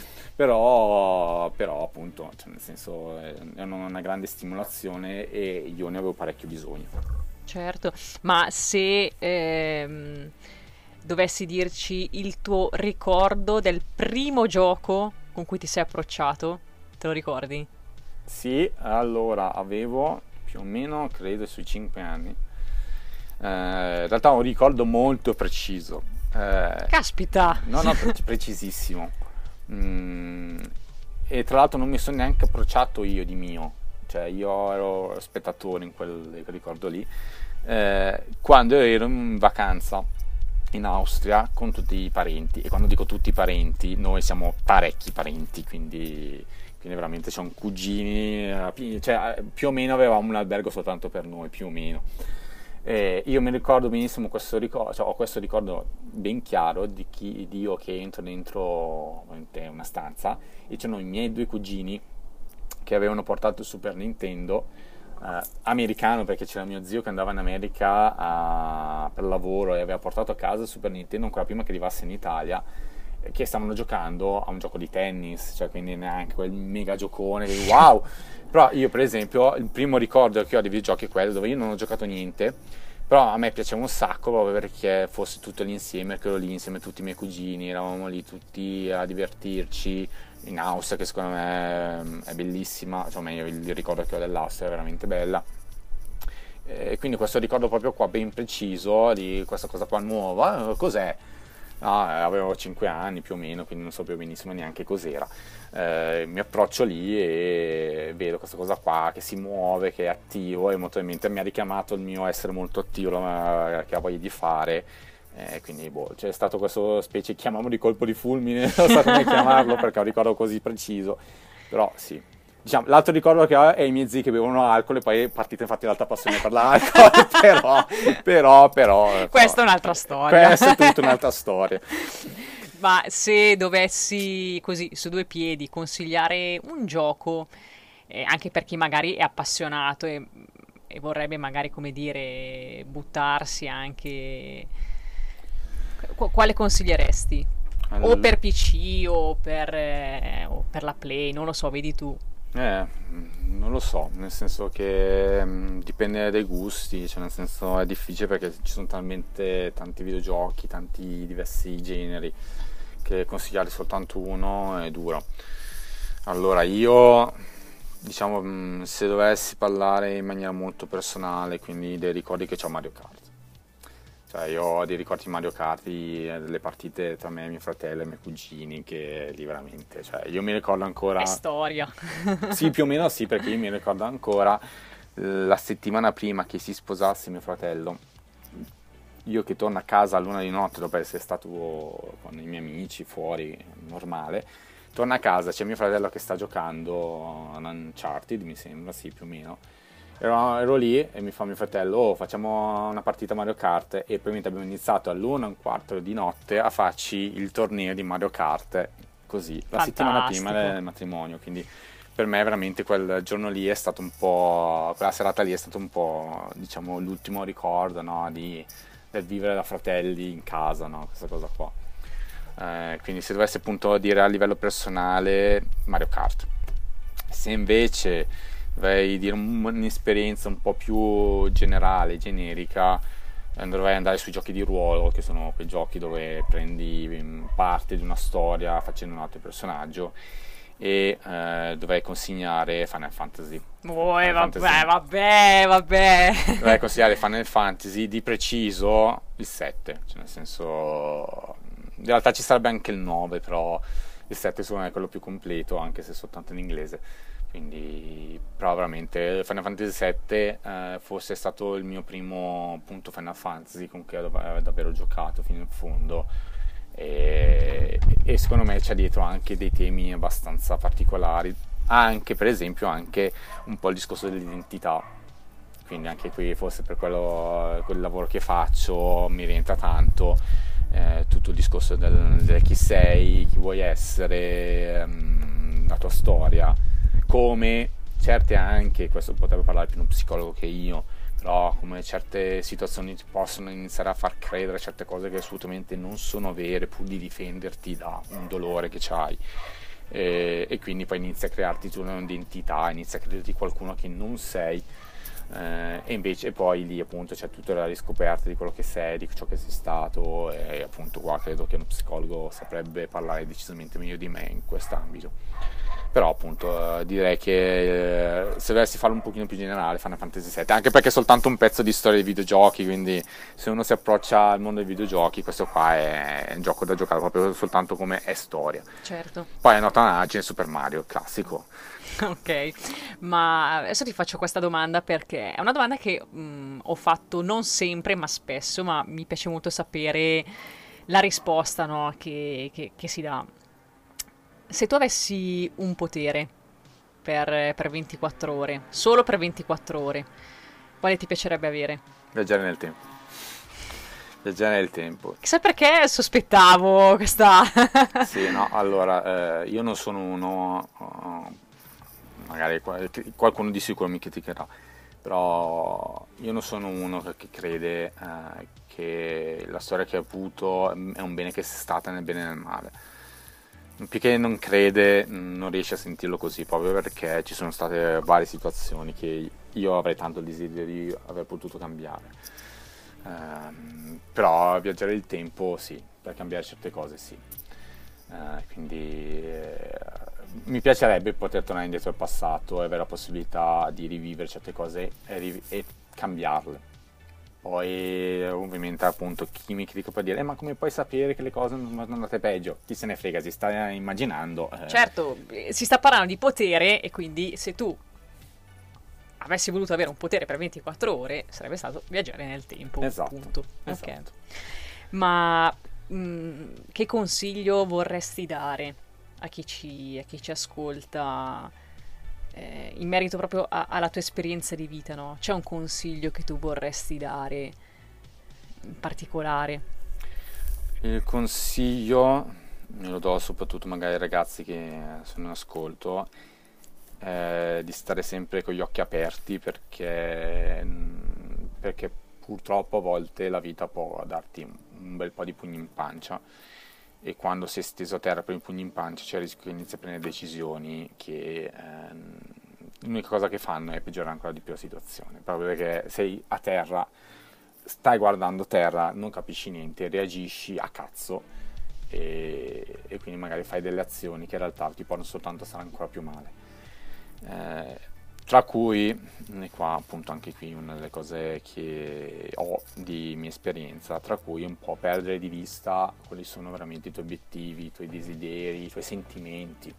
però, però appunto, cioè nel senso, è una grande stimolazione e io ne avevo parecchio bisogno. Certo, ma se ehm, dovessi dirci il tuo ricordo del primo gioco con cui ti sei approcciato, te lo ricordi? Sì, allora avevo più o meno, credo, sui cinque anni. Eh, in realtà ho un ricordo molto preciso. Eh, Caspita! no, no, pre- precisissimo. Mm, e tra l'altro non mi sono neanche approcciato io di mio, cioè io ero spettatore in quel ricordo lì, eh, quando ero in vacanza in Austria con tutti i parenti, e quando dico tutti i parenti, noi siamo parecchi parenti, quindi, quindi veramente c'erano cugini, cioè più o meno avevamo un albergo soltanto per noi, più o meno. Eh, io mi ricordo benissimo questo ricordo, cioè ho questo ricordo ben chiaro di, chi, di io che entro dentro una stanza e c'erano i miei due cugini che avevano portato il Super Nintendo eh, americano, perché c'era mio zio che andava in America a, per lavoro e aveva portato a casa il Super Nintendo ancora prima che arrivasse in Italia, eh, che stavano giocando a un gioco di tennis, cioè quindi neanche quel mega giocone che wow. Però io per esempio il primo ricordo che ho dei videogiochi è quello dove io non ho giocato niente, però a me piaceva un sacco proprio perché fosse tutto lì insieme, che ero lì insieme a tutti i miei cugini, eravamo lì tutti a divertirci in Austria, che secondo me è bellissima, cioè meglio il ricordo che ho dell'Austria è veramente bella. E quindi questo ricordo proprio qua ben preciso di questa cosa qua nuova, cos'è? No, avevo cinque anni più o meno, quindi non sapevo benissimo neanche cos'era. Eh, mi approccio lì e vedo questa cosa qua che si muove, che è attivo, e molto probabilmente mi ha richiamato il mio essere molto attivo, la, che ha voglia di fare. Eh, quindi boh, c'è stato questo specie, chiamiamolo di colpo di fulmine, non so come chiamarlo perché è un ricordo così preciso, però sì. Diciamo, l'altro ricordo che ho è i miei zii che bevono alcol e poi è partita infatti l'altra passione per l'alcol, però, però, però... Questa è un'altra storia. Questa è tutta un'altra storia. Ma se dovessi, così, su due piedi, consigliare un gioco, eh, anche per chi magari è appassionato e, e vorrebbe magari, come dire, buttarsi anche... Qu- quale consiglieresti? Allora... O per P C o per, eh, o per la Play, non lo so, vedi tu. Eh, non lo so, nel senso che mh, dipende dai gusti, cioè nel senso è difficile perché ci sono talmente tanti videogiochi, tanti diversi generi, che consigliare soltanto uno è duro. Allora io, diciamo, mh, se dovessi parlare in maniera molto personale, quindi dei ricordi che ho a Mario Kart. Cioè io ho dei ricordi di Mario Kart, di- delle partite tra me, mio fratello e i miei cugini, che lì veramente, cioè io mi ricordo ancora... È storia. Sì, più o meno sì, perché io mi ricordo ancora eh, la settimana prima che si sposasse mio fratello, io che torno a casa a luna di notte dopo essere stato con i miei amici fuori, normale, torno a casa, c'è mio fratello che sta giocando a Uncharted, mi sembra, sì, più o meno. Ero, ero lì e mi fa mio fratello, oh, facciamo una partita Mario Kart, e probabilmente abbiamo iniziato all'una e un quarto di notte a farci il torneo di Mario Kart, così, la settimana prima Fantastico. del matrimonio, quindi per me veramente quel giorno lì è stato un po', quella serata lì è stato un po', diciamo, l'ultimo ricordo, no, di, del vivere da fratelli in casa, no, questa cosa qua. Eh, quindi se dovessi appunto dire a livello personale, Mario Kart. Se invece dovrei dire un- un'esperienza un po' più generale, generica, eh, dovrei andare sui giochi di ruolo, che sono quei giochi dove prendi mm, parte di una storia facendo un altro personaggio, e eh, dovrei consigliare Final Fantasy. Oh, Final vabbè, Fantasy. vabbè, vabbè. Dovrei consigliare Final Fantasy, di preciso il sette, cioè nel senso, in realtà ci sarebbe anche il nove, però il sette secondo me è quello più completo, anche se soltanto in inglese. Quindi, però veramente Final Fantasy sette eh, forse è stato il mio primo appunto Final Fantasy con cui ho dav- davvero giocato fino in fondo, e, e secondo me c'è dietro anche dei temi abbastanza particolari, anche per esempio anche un po' il discorso dell'identità, quindi anche qui forse per quello, quel lavoro che faccio mi rientra tanto, eh, tutto il discorso del, del chi sei, chi vuoi essere, ehm, la tua storia, come certe anche, questo potrebbe parlare più uno psicologo che io, però come certe situazioni ti possono iniziare a far credere certe cose che assolutamente non sono vere, pur di difenderti da un dolore che c'hai. E, e quindi poi inizi a crearti tu un'identità, inizi a crederti qualcuno che non sei, eh, e invece poi lì appunto c'è tutta la riscoperta di quello che sei, di ciò che sei stato, e appunto qua credo che uno psicologo saprebbe parlare decisamente meglio di me in quest'ambito. Però appunto eh, direi che eh, se dovessi farlo un pochino più generale, Final Fantasy sette, anche perché è soltanto un pezzo di storia dei videogiochi, quindi se uno si approccia al mondo dei videogiochi, questo qua è un gioco da giocare proprio soltanto come è storia. Certo. Poi è nota un'agine Super Mario, classico. Ok, ma adesso ti faccio questa domanda perché è una domanda che mh, ho fatto non sempre, ma spesso, ma mi piace molto sapere la risposta, no, che, che- che si dà. Se tu avessi un potere per, per ventiquattro ore, solo per ventiquattro ore, quale ti piacerebbe avere? Viaggiare nel tempo. Viaggiare nel tempo. Chissà perché sospettavo questa... Sì, no, allora, eh, io non sono uno, uh, magari qual- qualcuno di sicuro mi criticherà, però io non sono uno che che crede eh, che la storia che ho avuto è un bene che sia stata nel bene e nel male. Più che non crede, non riesce a sentirlo così, proprio perché ci sono state varie situazioni che io avrei tanto il desiderio di aver potuto cambiare. Ehm, però viaggiare il tempo sì, per cambiare certe cose sì. Eh, quindi eh, mi piacerebbe poter tornare indietro al passato e avere la possibilità di rivivere certe cose e, riv- e cambiarle. Poi ovviamente appunto chi mi critica può dire eh, ma come puoi sapere che le cose non sono andate peggio? Chi se ne frega, si sta immaginando. Eh. Certo, eh, si sta parlando di potere e quindi se tu avessi voluto avere un potere per ventiquattro ore sarebbe stato viaggiare nel tempo. Esatto, Punto. esatto. Ok. Ma mh, che consiglio vorresti dare a chi ci, a chi ci ascolta eh, in merito proprio a- alla tua esperienza di vita, no? C'è un consiglio che tu vorresti dare in particolare? Il consiglio, me lo do soprattutto magari ai ragazzi che sono in ascolto, è di stare sempre con gli occhi aperti perché, perché purtroppo a volte la vita può darti un bel po' di pugni in pancia e quando sei steso a terra per i pugni in pancia c'è il rischio che inizi a prendere decisioni che ehm, l'unica cosa che fanno è peggiorare ancora di più la situazione, proprio perché sei a terra, stai guardando terra, non capisci niente, reagisci a cazzo e, e quindi magari fai delle azioni che in realtà ti portano soltanto a stare ancora più male. Eh, tra cui, e qua appunto anche qui una delle cose che ho di mia esperienza, tra cui un po' perdere di vista quali sono veramente i tuoi obiettivi, i tuoi desideri, i tuoi sentimenti.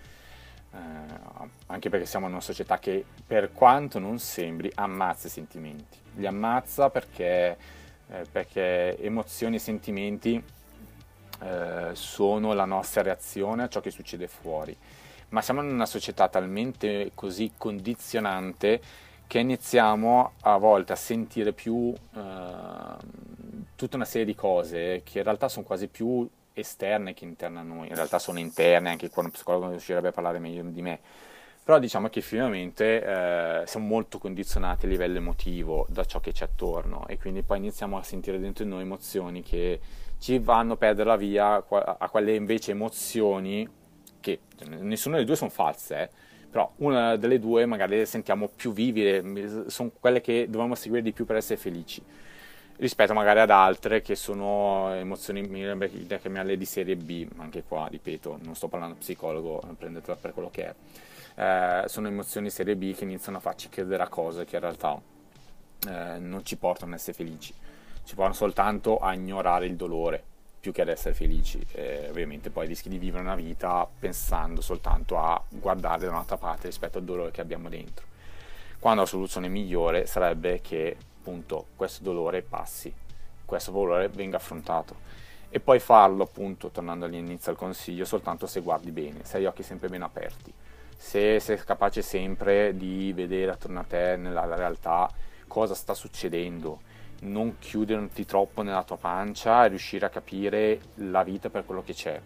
Eh, anche perché siamo in una società che, per quanto non sembri, ammazza i sentimenti. Li ammazza perché, eh, perché emozioni e sentimenti eh, sono la nostra reazione a ciò che succede fuori. Ma siamo in una società talmente così condizionante che iniziamo a volte a sentire più eh, tutta una serie di cose che in realtà sono quasi più esterne che interne a noi. In realtà sono interne, anche qua uno psicologo riuscirebbe a parlare meglio di me. Però diciamo che effettivamente eh, siamo molto condizionati a livello emotivo da ciò che c'è attorno e quindi poi iniziamo a sentire dentro di noi emozioni che ci vanno a perdere la via a quelle invece emozioni che nessuna delle due sono false, eh, però una delle due magari le sentiamo più vivide, sono quelle che dobbiamo seguire di più per essere felici, rispetto magari ad altre che sono emozioni da chiamarle di serie B, anche qua, ripeto, non sto parlando psicologo, prendetela per quello che è, eh, sono emozioni serie B che iniziano a farci credere a cose che in realtà eh, non ci portano ad essere felici, ci portano soltanto a ignorare il dolore più che ad essere felici. Eh, ovviamente poi rischi di vivere una vita pensando soltanto a guardare da un'altra parte rispetto al dolore che abbiamo dentro, quando la soluzione migliore sarebbe che appunto questo dolore passi, questo dolore venga affrontato e poi farlo appunto, tornando all'inizio al consiglio, soltanto se guardi bene, se hai gli occhi sempre ben aperti, se sei capace sempre di vedere attorno a te nella realtà cosa sta succedendo, non chiuderti troppo nella tua pancia e riuscire a capire la vita per quello che c'è.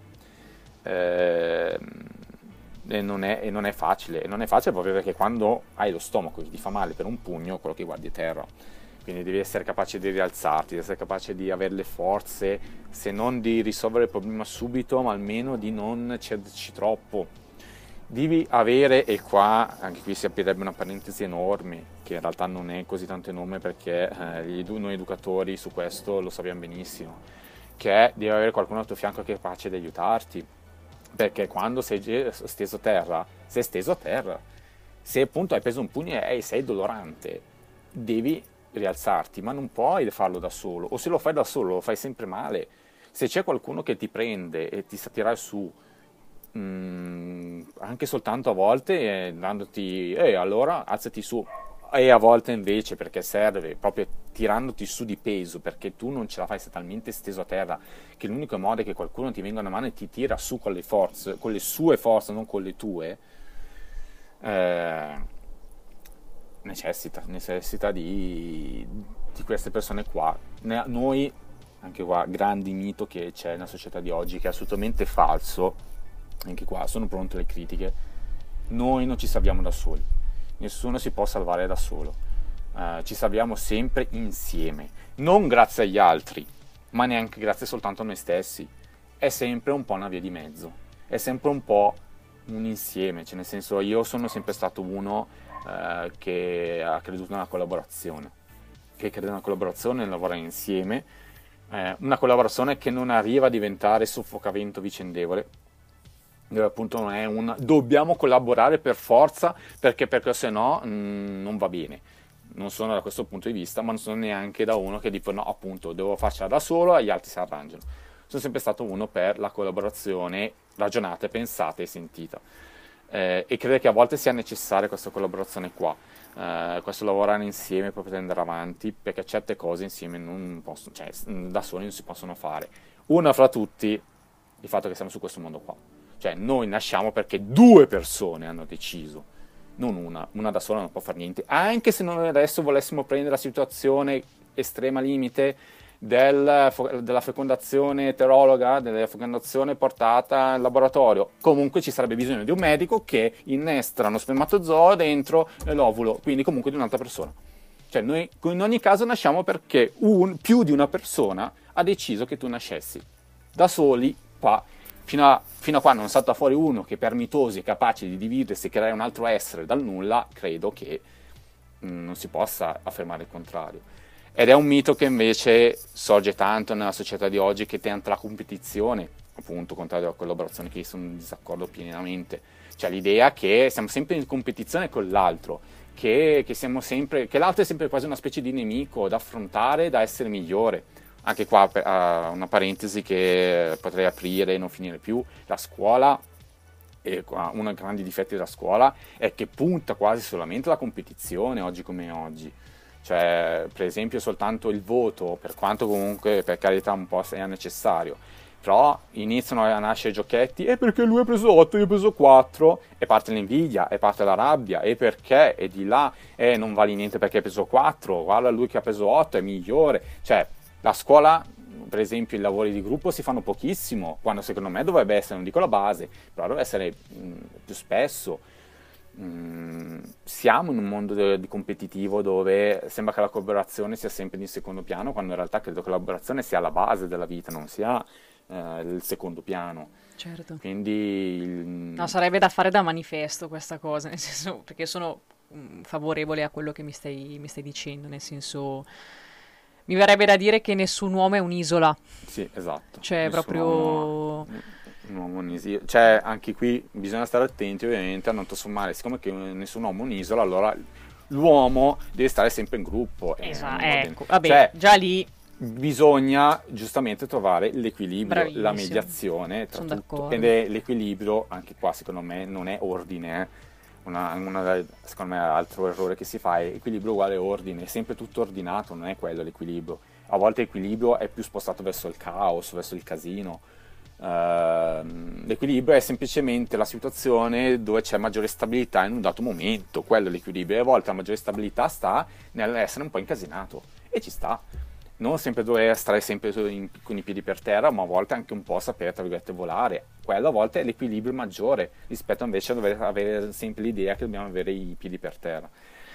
Eh, e, non è, e non è facile, e non è facile proprio perché quando hai lo stomaco che ti fa male per un pugno, quello che guardi è terra. Quindi devi essere capace di rialzarti, devi essere capace di avere le forze, se non di risolvere il problema subito, ma almeno di non cederci troppo. Devi avere, e qua anche qui si aprirebbe una parentesi enorme, che in realtà non è così tanto enorme perché eh, noi educatori su questo lo sappiamo benissimo, che è devi avere qualcuno al tuo fianco che è capace di aiutarti, perché quando sei steso a terra, sei steso a terra, se appunto hai preso un pugno e sei dolorante, devi rialzarti, ma non puoi farlo da solo, o se lo fai da solo lo fai sempre male. Se c'è qualcuno che ti prende e ti sa tirare su, Mm, anche soltanto a volte eh, dandoti eh, allora alzati su, e a volte invece perché serve proprio tirandoti su di peso perché tu non ce la fai, sei talmente steso a terra che l'unico modo è che qualcuno ti venga una mano e ti tira su con le forze, con le sue forze, non con le tue. eh, necessita necessita di, di queste persone qua. Noi anche qua grandi mito che c'è nella società di oggi, che è assolutamente falso. Anche qua sono pronte le critiche. Noi non ci salviamo da soli, nessuno si può salvare da solo, uh, ci salviamo sempre insieme, non grazie agli altri, ma neanche grazie soltanto a noi stessi. È sempre un po' una via di mezzo, è sempre un po' un insieme, cioè nel senso, io sono sempre stato uno uh, che ha creduto nella collaborazione, che crede nella collaborazione, nel lavorare insieme, uh, una collaborazione che non arriva a diventare soffocamento vicendevole, dove appunto non è un dobbiamo collaborare per forza perché perché se no mh, non va bene. non sono da questo punto di vista, ma non sono neanche da uno che dico no, appunto, devo farcela da solo e gli altri si arrangiano. Sono sempre stato uno per la collaborazione ragionata, pensata e sentita. Eh, e credo che a volte sia necessaria questa collaborazione qua, eh, questo lavorare insieme per poter andare avanti, perché certe cose insieme non possono, cioè da soli non si possono fare. Una fra tutti, il fatto che siamo su questo mondo qua. Cioè noi nasciamo perché due persone hanno deciso, non una. Una da sola non può fare niente. Anche se noi adesso volessimo prendere la situazione estrema limite del, della fecondazione eterologa, della fecondazione portata in laboratorio, comunque ci sarebbe bisogno di un medico che innestra uno spermatozoo dentro l'ovulo, quindi comunque di un'altra persona. Cioè noi in ogni caso nasciamo perché un, più di una persona ha deciso che tu nascessi. Da soli, qua, fino a, fino a quando non salta fuori uno che per mitosi è capace di dividersi e creare un altro essere dal nulla, credo che mh, non si possa affermare il contrario. Ed è un mito che invece sorge tanto nella società di oggi, che tenta la competizione, appunto, contrario alla collaborazione, che io sono in disaccordo pienamente. Cioè l'idea che siamo sempre in competizione con l'altro, che, che, siamo sempre, che l'altro è sempre quasi una specie di nemico da affrontare, da essere migliore. Anche qua uh, una parentesi che potrei aprire e non finire più: la scuola, e uno dei grandi difetti della scuola è che punta quasi solamente alla competizione, oggi come oggi. Cioè, per esempio, soltanto il voto, per quanto comunque, per carità, un po' sia necessario, però iniziano a nascere giochetti, e perché lui ha preso otto, io ho preso quattro, e parte l'invidia, e parte la rabbia, e perché, e di là, e non vali niente perché hai preso quattro, guarda lui che ha preso otto, è migliore. Cioè, la scuola, per esempio, i lavori di gruppo si fanno pochissimo, quando secondo me dovrebbe essere, non dico la base, però dovrebbe essere mh, più spesso. Mm, siamo in un mondo de- di competitivo dove sembra che la collaborazione sia sempre in secondo piano, quando in realtà credo che la collaborazione sia la base della vita, non sia eh, il secondo piano. Certo. Quindi il... No, sarebbe da fare da manifesto questa cosa, nel senso, perché sono mm, favorevole a quello che mi stai, mi stai dicendo, nel senso, mi verrebbe da dire che nessun uomo è un'isola. Sì, esatto. Cioè, Nessun proprio... uomo- un uomo un'isola. Cioè, anche qui bisogna stare attenti ovviamente a non trasformare, siccome che nessun uomo è un'isola, allora l'uomo deve stare sempre in gruppo. Esatto, eh, ecco, vabbè, cioè, già lì bisogna giustamente trovare l'equilibrio, bravissimo, la mediazione tra sono tutto. d'accordo. Ed è l'equilibrio, anche qua secondo me non è ordine, eh. Una, una, secondo me l'altro errore che si fa è equilibrio uguale ordine, è sempre tutto ordinato, non è quello l'equilibrio. A volte l'equilibrio è più spostato verso il caos, verso il casino. Uh, l'equilibrio è semplicemente la situazione dove c'è maggiore stabilità in un dato momento, quello è l'equilibrio, e a volte la maggiore stabilità sta nell'essere un po' incasinato, e ci sta, non sempre dover stare sempre in, con i piedi per terra, ma a volte anche un po' sapere, tra virgolette, volare. Quello a volte è l'equilibrio maggiore rispetto invece a dover avere sempre l'idea che dobbiamo avere i piedi per terra.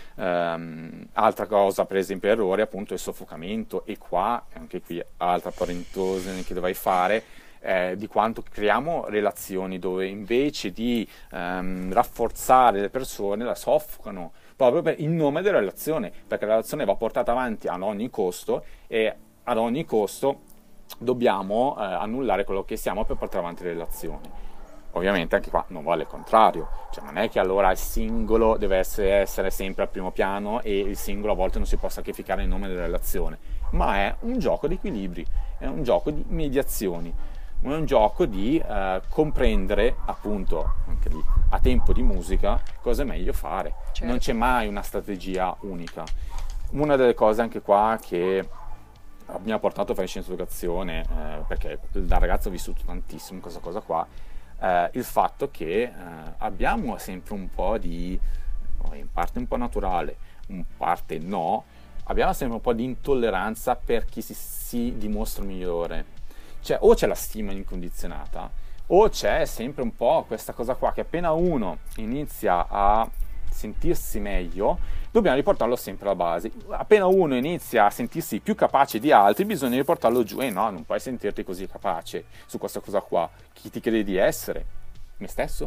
Um, altra cosa, per esempio, errore appunto è il soffocamento, e qua, anche qui altra parentesi che dovrei fare, Eh, di quanto creiamo relazioni dove invece di ehm, rafforzare le persone la soffocano, proprio per il nome della relazione, perché la relazione va portata avanti ad ogni costo, e ad ogni costo dobbiamo eh, annullare quello che siamo per portare avanti le relazioni. Ovviamente anche qua non vale il contrario, cioè non è che allora il singolo deve essere, essere sempre al primo piano e il singolo a volte non si può sacrificare in nome della relazione, ma è un gioco di equilibri, è un gioco di mediazioni, è un gioco di eh, comprendere, appunto, anche lì, a tempo di musica, cosa è meglio fare. Certo. Non c'è mai una strategia unica. Una delle cose anche qua che mi ha portato a fare scienza educazione, eh, perché da ragazzo ho vissuto tantissimo questa cosa qua, eh, il fatto che eh, abbiamo sempre un po' di, in parte un po' naturale, in parte no, abbiamo sempre un po' di intolleranza per chi si, si dimostra migliore. Cioè, o c'è la stima incondizionata, o c'è sempre un po' questa cosa qua, che appena uno inizia a sentirsi meglio, dobbiamo riportarlo sempre alla base. Appena uno inizia a sentirsi più capace di altri, bisogna riportarlo giù. E no, non puoi sentirti così capace su questa cosa qua. Chi ti credi di essere? Me stesso?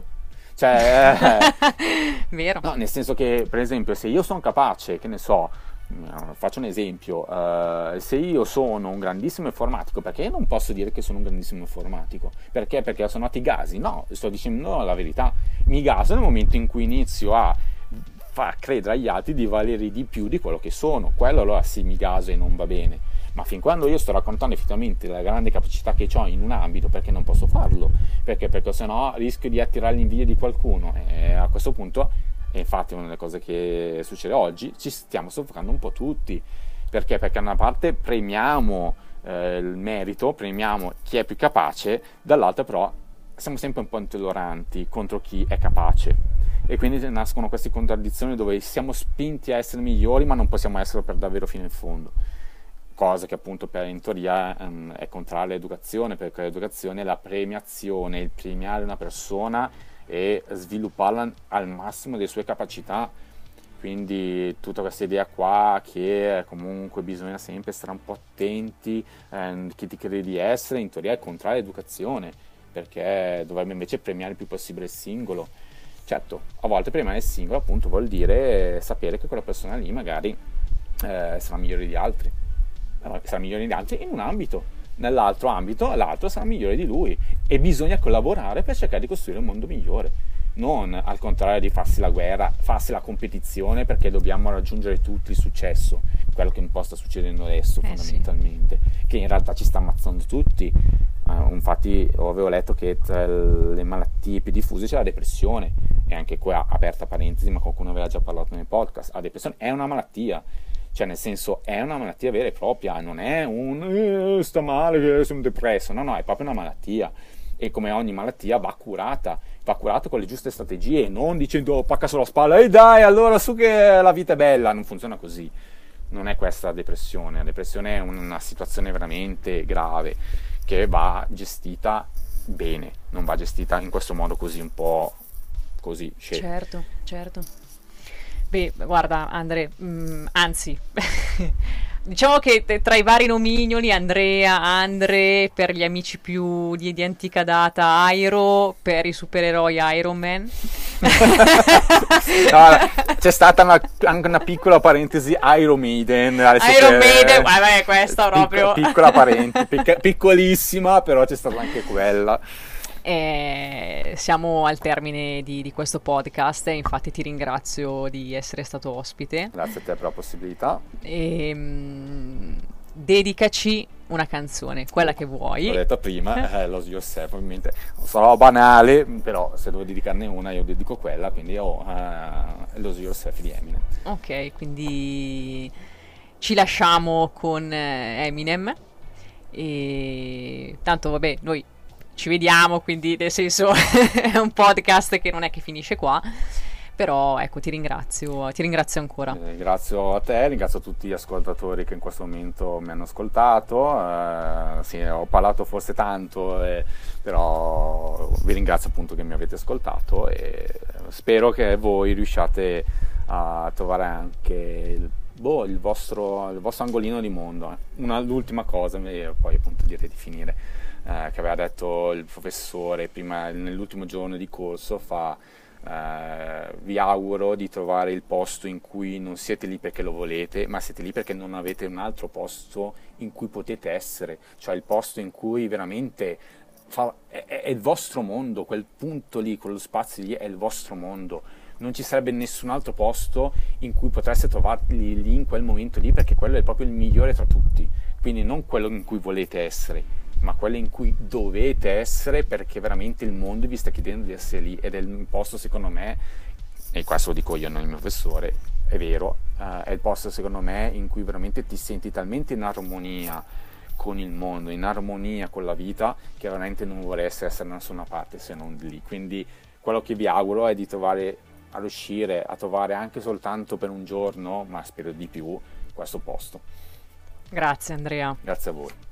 Cioè, eh, vero. No, nel senso che, per esempio, se io sono capace, che ne so, faccio un esempio, uh, se io sono un grandissimo informatico, perché io non posso dire che sono un grandissimo informatico? Perché? Perché sono nati gasi? No, sto dicendo la verità. Mi gaso nel momento in cui inizio a far credere agli altri di valere di più di quello che sono. Quello allora sì mi gaso e non va bene. Ma fin quando io sto raccontando effettivamente la grande capacità che ho in un ambito, perché non posso farlo? Perché? Perché sennò rischio di attirare l'invidia di qualcuno, e a questo punto, e infatti una delle cose che succede oggi, ci stiamo soffocando un po' tutti. Perché? Perché da una parte premiamo eh, il merito, premiamo chi è più capace, dall'altra però siamo sempre un po' intolleranti contro chi è capace. E quindi nascono queste contraddizioni dove siamo spinti a essere migliori, ma non possiamo esserlo per davvero fino in fondo. Cosa che appunto per in teoria um, è contraria all'educazione, perché l'educazione è la premiazione, il premiare una persona e svilupparla al massimo delle sue capacità. Quindi tutta questa idea qua che comunque bisogna sempre stare un po' attenti eh, chi ti credi di essere, in teoria è contraria all'educazione, perché dovrebbe invece premiare il più possibile il singolo. Certo, a volte premiare il singolo appunto vuol dire sapere che quella persona lì magari eh, sarà migliore di altri. Sarà migliore di altri in un ambito, nell'altro ambito l'altro sarà migliore di lui, e bisogna collaborare per cercare di costruire un mondo migliore, non al contrario di farsi la guerra, farsi la competizione perché dobbiamo raggiungere tutti il successo, quello che un po' sta succedendo adesso eh fondamentalmente, sì. Che in realtà ci sta ammazzando tutti. Uh, infatti avevo letto che tra le malattie più diffuse c'è la depressione, e anche qua aperta parentesi, ma qualcuno aveva già parlato nel podcast, la depressione è una malattia. Cioè nel senso è una malattia vera e propria, non è un eh, sta male, sono depresso, no no, è proprio una malattia, e come ogni malattia va curata, va curata con le giuste strategie, non dicendo oh, pacca sulla spalla e dai allora su che la vita è bella, non funziona così, non è questa la depressione, la depressione è una situazione veramente grave che va gestita bene, non va gestita in questo modo così un po' così. Scelto. Certo, certo. Beh, guarda Andre, mh, anzi, diciamo che tra i vari nomignoli, Andrea, Andre, per gli amici più di, di antica data, Airo, per i supereroi Iron Man. No, c'è stata una, anche una piccola parentesi Iron Maiden. Iron Maiden, vabbè, questa proprio. Piccola, piccola parentesi, pic- piccolissima, però c'è stata anche quella. Eh, siamo al termine di, di questo podcast, e infatti ti ringrazio di essere stato ospite. Grazie a te per la possibilità. E, mh, dedicaci una canzone, quella che vuoi. L'ho detto prima, eh, Lose Yourself, ovviamente sarò banale, però se devo dedicarne una io dedico quella, quindi ho uh, Lose Yourself di Eminem. Ok, quindi ci lasciamo con Eminem, e tanto vabbè, noi ci vediamo, quindi nel senso è un podcast che non è che finisce qua, però ecco, ti ringrazio, ti ringrazio ancora. Eh, ringrazio a te, ringrazio tutti gli ascoltatori che in questo momento mi hanno ascoltato, eh, sì, ho parlato forse tanto, eh, però vi ringrazio appunto che mi avete ascoltato, e spero che voi riusciate a trovare anche il, boh, il, vostro, il vostro angolino di mondo. Eh. Una, l'ultima cosa, e poi appunto direi di finire. Eh, che aveva detto il professore prima nell'ultimo giorno di corso, fa eh, vi auguro di trovare il posto in cui non siete lì perché lo volete, ma siete lì perché non avete un altro posto in cui potete essere, cioè il posto in cui veramente fa, è, è il vostro mondo, quel punto lì, quello spazio lì è il vostro mondo. Non ci sarebbe nessun altro posto in cui potreste trovarli lì in quel momento lì, perché quello è proprio il migliore tra tutti, quindi non quello in cui volete essere, ma quelle in cui dovete essere, perché veramente il mondo vi sta chiedendo di essere lì, ed è il posto secondo me, e questo lo dico io, non il mio professore, è vero, uh, è il posto secondo me in cui veramente ti senti talmente in armonia con il mondo, in armonia con la vita, che veramente non vorresti essere da nessuna parte se non lì. Quindi quello che vi auguro è di trovare, a riuscire a trovare anche soltanto per un giorno, ma spero di più, questo posto. Grazie Andrea. Grazie a voi.